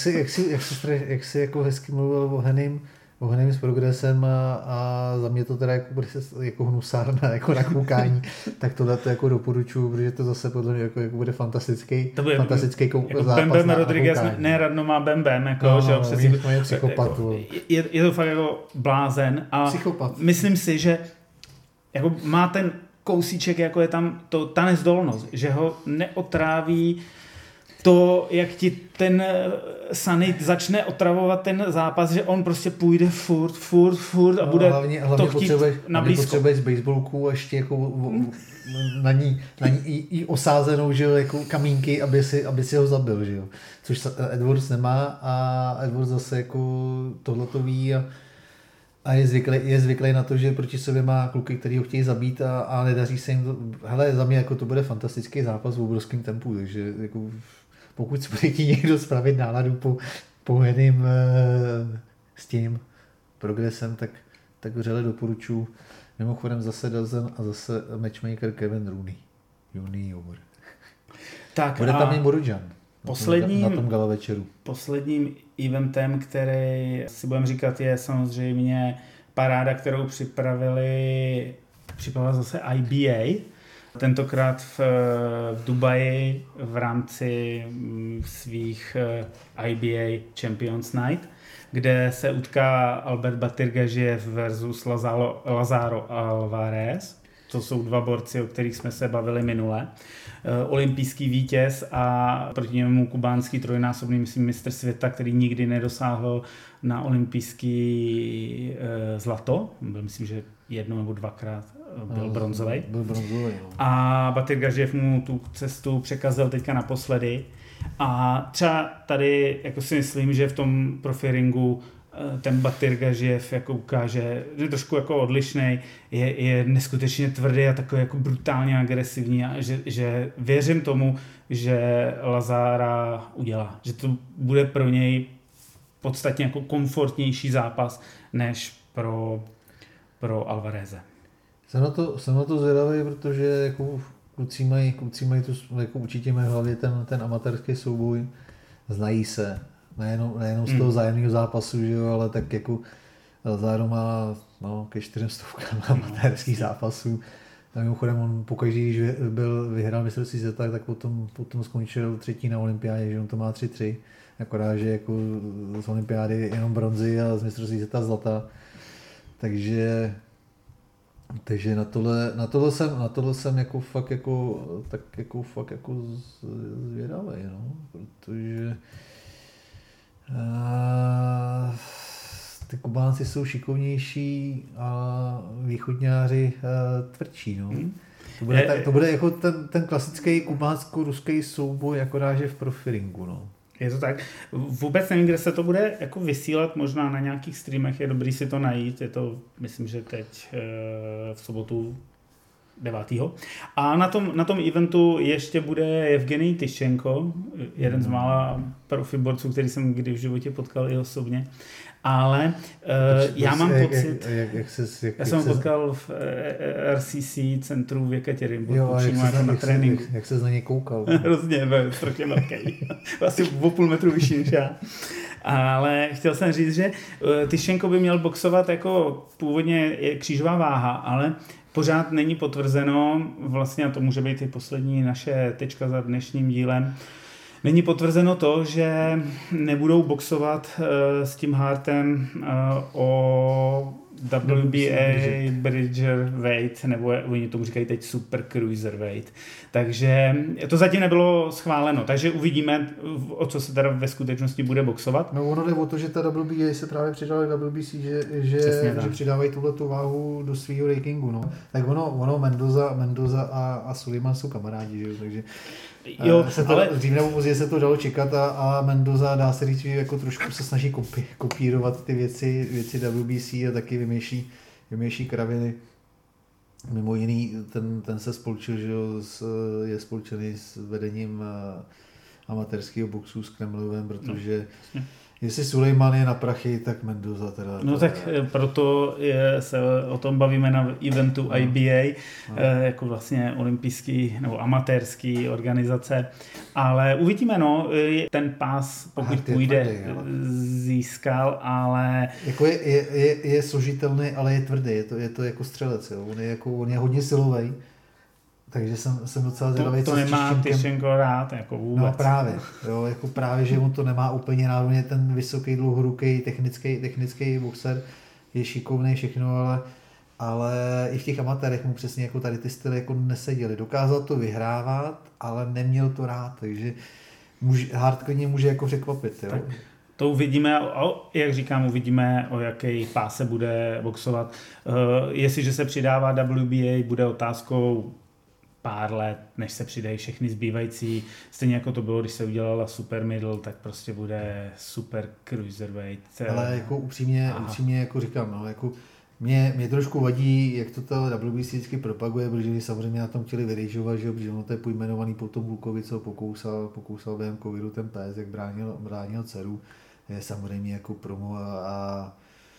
Jak jsi jako hezky mluvil o Henim s progresem a za mě to teda jako hnusárna, jako na koukání, tak tohle to jako doporučuji, protože to zase podle mě jako bude fantastický jako zápas Bam Bam Rodriguez ne radno má Bam Bam, jako, že jo, psychopat. Je to fakt jako blázen a psychopat. Myslím si, že jako má ten kousíček, jako je tam ta nezdolnost, že ho neotráví to, jak ti ten Sunny začne otravovat ten zápas, že on prostě půjde furt a bude hlavně to chtít na blízko. Potřebuješ baseballku a ještě jako na ní i osázenou, že jo, jako kamínky, aby si ho zabil, že jo. Což Edwards nemá a Edwards zase jako tohleto ví a je zvyklý na to, že proti sobě má kluky, který ho chtějí zabít a nedaří se jim to. Hele, za mě jako to bude fantastický zápas v obrovském tempu, takže jako pokud se bude někdo spravit náladu po Henim s tím progresem, tak vřele doporučuji. Mimochodem zase Dazen a zase matchmaker Kevin Rooney. Junior. Tak bude tam i Borodžan. Na tom gala večeru. Posledním eventem, který si budeme říkat, je samozřejmě paráda, kterou připravila zase IBA. Tentokrát v Dubaji v rámci svých IBA Champions Night, kde se utká Albert Batirgažiev versus Lazaro Alvarez. To jsou 2 borci, o kterých jsme se bavili minule. Olympijský vítěz a proti němu kubánský trojnásobný mistr světa, který nikdy nedosáhl na olympijský zlato. Myslím, že jednou nebo dvakrát byl bronzový. Byl bronzový, no. A Batyr Gažiev mu tu cestu překazil teďka naposledy. A třeba tady jako si myslím, že v tom profiringu ten Batyr Gažiev jako ukáže, že je trošku jako odlišnej, je neskutečně tvrdý a takový jako brutálně agresivní a že věřím tomu, že Lazára udělá. Že to bude pro něj podstatně jako komfortnější zápas než pro Alvareze. Jsem na to zvědavý, protože jako kluci mají tu, jako určitě mají v hlavě ten amatérský souboj, znají se, nejenom z toho vzájemného zápasu, že jo, ale tak jako Lazáro má ke 400 amatérských zápasů. A mimochodem on pokaždý, když vyhrál mistrovství světa, tak potom skončil třetí na olympiádě, že on to má 3-3. Akorát, že jako z olympiády jenom bronzy a z mistrovství světa zlata. Takže na tohle jsem jako fakt jako zvědavý, no, protože ty Kubánci jsou šikovnější a východňáři tvrdší, no. To bude jako ten klasický kubánsko-ruský souboj, akorát, že v profiringu, no. Je to tak. Vůbec nevím, kde se to bude jako vysílat, možná na nějakých streamech, je dobrý si to najít, je to, myslím, že teď v sobotu 9. A na tom eventu ještě bude Evgenij Tyščenko, jeden z mála profiborců, který jsem kdy v životě potkal i osobně. Ale já mám pocit, já jsem ho potkal v RCC centru v Jekaterinburgu, na tréninku. Jak se na něj koukal? Hrozně, byl strašně velký. Asi o půl metru vyšší než já. Ale chtěl jsem říct, že Tyščenko by měl boxovat jako původně křížová váha, ale pořád není potvrzeno, vlastně a to může být i poslední naše tečka za dnešním dílem, není potvrzeno to, že nebudou boxovat s tím Hartem o WBA Bridgerweight, nebo oni tomu říkají teď Super Cruiserweight. Takže to zatím nebylo schváleno, takže uvidíme, o co se teda ve skutečnosti bude boxovat. No ono jde o to, že ta WBA se právě přidala k WBC, že přidávají tuhletu váhu do svého rankingu, no. Tak ono Mendoza a Sullivan jsou kamarádi, že jo, takže jo, ale dřív nebo později se to dalo čekat a Mendoza, dá se říct, že jako trošku se snaží kopírovat ty věci WBC a taky vymýšlí kraviny. Mimo jiný, ten se spolčil, že jo, je spolčený s vedením amatérského boxu s Kremlovem, protože jestli Sulejman je na prachy, tak Mendoza teda. No tak proto se o tom bavíme na eventu IBA, jako vlastně olympijský nebo amatérský organizace, ale uvidíme, no, ten pás, pokud půjde, získal, ale... Jako je složitelný, ale je tvrdý, je to jako střelec, jo. On je hodně silový. Takže jsem docela zvědavý, co nemá Tyščenko rád, jako vůbec. No právě, jo, jako právě, že on to nemá úplně náhodně, ten vysoký, dlouhoruký, technický boxer je šikovný všechno, ale i v těch amatérech mu přesně jako tady ty styly jako neseděly. Dokázal to vyhrávat, ale neměl to rád, takže Hart klidně může jako překvapit, jo. Tak. To uvidíme, jak říkám, uvidíme, o jaký pás se bude boxovat. Jestliže se přidává WBA, bude otázkou pár let, než se přidají všechny zbývající. Stejně jako to bylo, když se udělala Super Middle, tak prostě bude Super Cruiserweight. Ale jako upřímně jako říkám, no, jako mě trošku vadí, jak to ta WBC vždycky propaguje, protože samozřejmě na tom chtěli vyrýžovat, že ono to je pojmenovaný po tom Lukovi, co pokousal během covidu ten pes, jak bránil dceru. Je samozřejmě jako promo a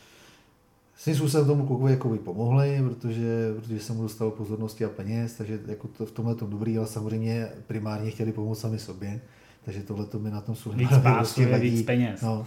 svým způsobem tomu klukovi jako by pomohli, protože se mu dostalo pozornosti a peněz, takže jako to v tomhle tom dobrý, ale samozřejmě primárně chtěli pomoct sami sobě, takže tohle to mi na tom Víc pásů je víc peněz. No.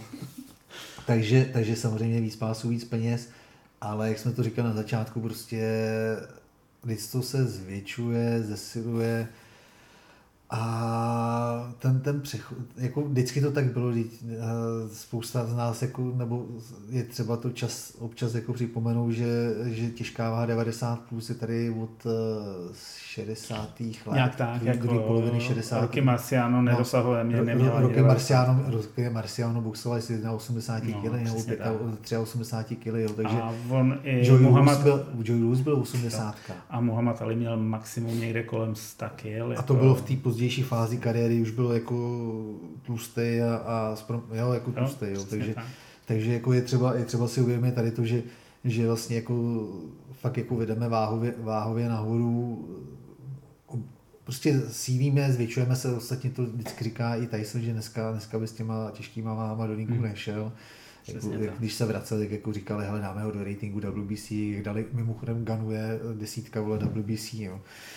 Takže samozřejmě víc pásů, víc peněz, ale jak jsme to říkali na začátku, prostě lidstvo se zvětšuje, zesiluje a ten přechod, jako vždycky to tak bylo, spousta z nás, jako, nebo je třeba to občas jako připomenout, že těžká váha 90 plus je tady od 60. let. Nějak tak, jako poloviny 60. Roky Marciano nedosahuje, mě neměla. Roky Marciano boxoval asi na 80 kg nebo 83 kg, takže a on i Joe Louis byl 80. A Muhammad Ali měl maximum někde kolem 100 kg. A to bylo v té pozdější fázi kariéry, už bylo jako tlustý jako tlustý, takže jako je třeba si uvědomit tady to, že vlastně jako fakt jako vedeme váhově nahoru, prostě sílíme, zvětšujeme se, ostatně to vždycky říká i Tyson, že dneska by s těma těžkýma váhama do ringu nešel. Jako, když se vracel, tak jako říkali, hele, dáme ho do ratingu WBC, jak dali, mimochodem ganuje 10 vole WBC, jo.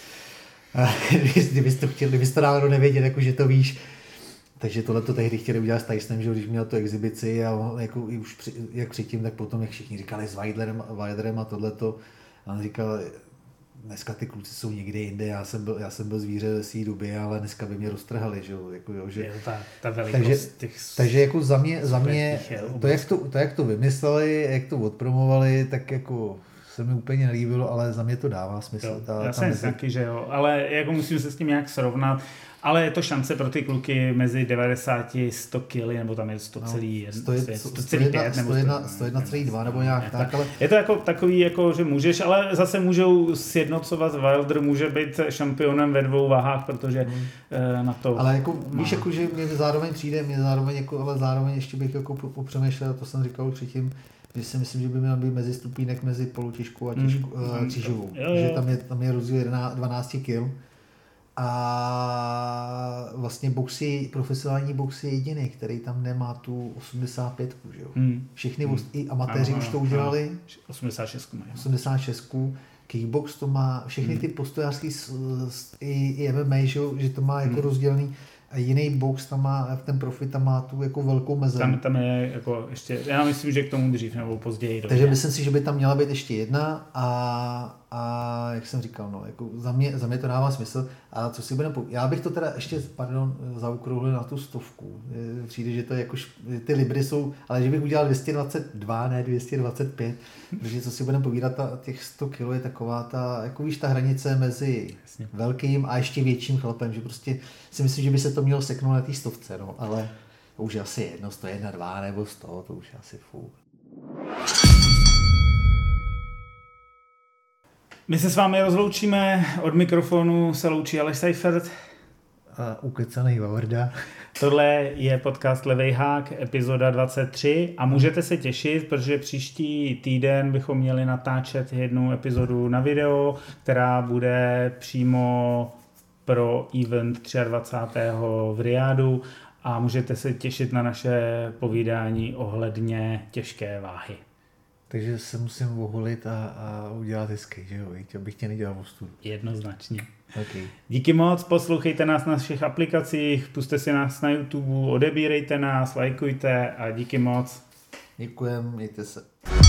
Kdybyste to náhodou nevěděl, jako, že to víš. Takže tohleto tehdy chtěli udělat s Tysonem, že když měl tu exibici a on, jako už jak předtím, tak potom, jak všichni říkali s Wilderem a tohleto. A on říkal, dneska ty kluci jsou někde jinde, já jsem byl zvíře ve svý době, ale dneska by mě roztrhali, že jo. Jako, že... Je ta velikost takže jako za mě to, jak to vymysleli, jak to odpromovali, tak jako se mi úplně nelíbilo, ale za mě to dává smysl. Já jsem taky, že jo, ale jako musím se s tím nějak srovnat, ale je to šance pro ty kluky mezi 90 100 kg, nebo tam je 100,1, 100,5 nebo 101,2 nebo nějak tak, ale... Je to jako takový, jako, že můžeš, ale zase můžou sjednocovat, Wilder může být šampionem ve dvou váhách, protože na to... Ale jako, víš, jako, že mě zároveň přijde, ale zároveň ještě bych jako popřemýšlel, to jsem říkal předtím, že si myslím, že by měl být mezi stupínek mezi polotěžkou a křížovou. Že tam je rozdíl 12 kg. A vlastně profesionální box je jediný, který tam nemá tu 85, že jo. Všichni i amatéři už to udělali. 86. Kickbox to má, všechny ty postojářský i MMA, že to má jako rozdělený. A jiný box tam má, ten profi tam má tu jako velkou mezeru. Tam je jako ještě, já myslím, že k tomu dřív nebo později. Takže myslím si, že by tam měla být ještě jedna a jak jsem říkal, no, jako za mě to dává smysl. A co si budeme já bych to teda ještě, zaokrouhlil na tu 100. Přijde, že to je jako, ty libry jsou, ale že bych udělal 222, ne 225, protože co si budeme povídat, těch 100 kg je taková ta, jako víš, ta hranice mezi velkým a ještě větším chlapem, že prostě si myslím, že by se to mělo seknout na té 100, no, ale to už je asi jedno, 101, 2 nebo 100, to už je asi fůl. My se s vámi rozloučíme, od mikrofonu se loučí Aleš Seifert a ukecanej Vavrda. Tohle je podcast Levej hák, epizoda 23 a můžete se těšit, protože příští týden bychom měli natáčet jednu epizodu na video, která bude přímo pro event 23. v Riádu a můžete se těšit na naše povídání ohledně těžké váhy. Takže se musím oholit a udělat hezky, že jo? Abych tě nedělal ostudu. Jednoznačně. Okay. Díky moc, poslouchejte nás na všech aplikacích, pusťte si nás na YouTube, odebírejte nás, lajkujte a díky moc. Děkujem, mějte se.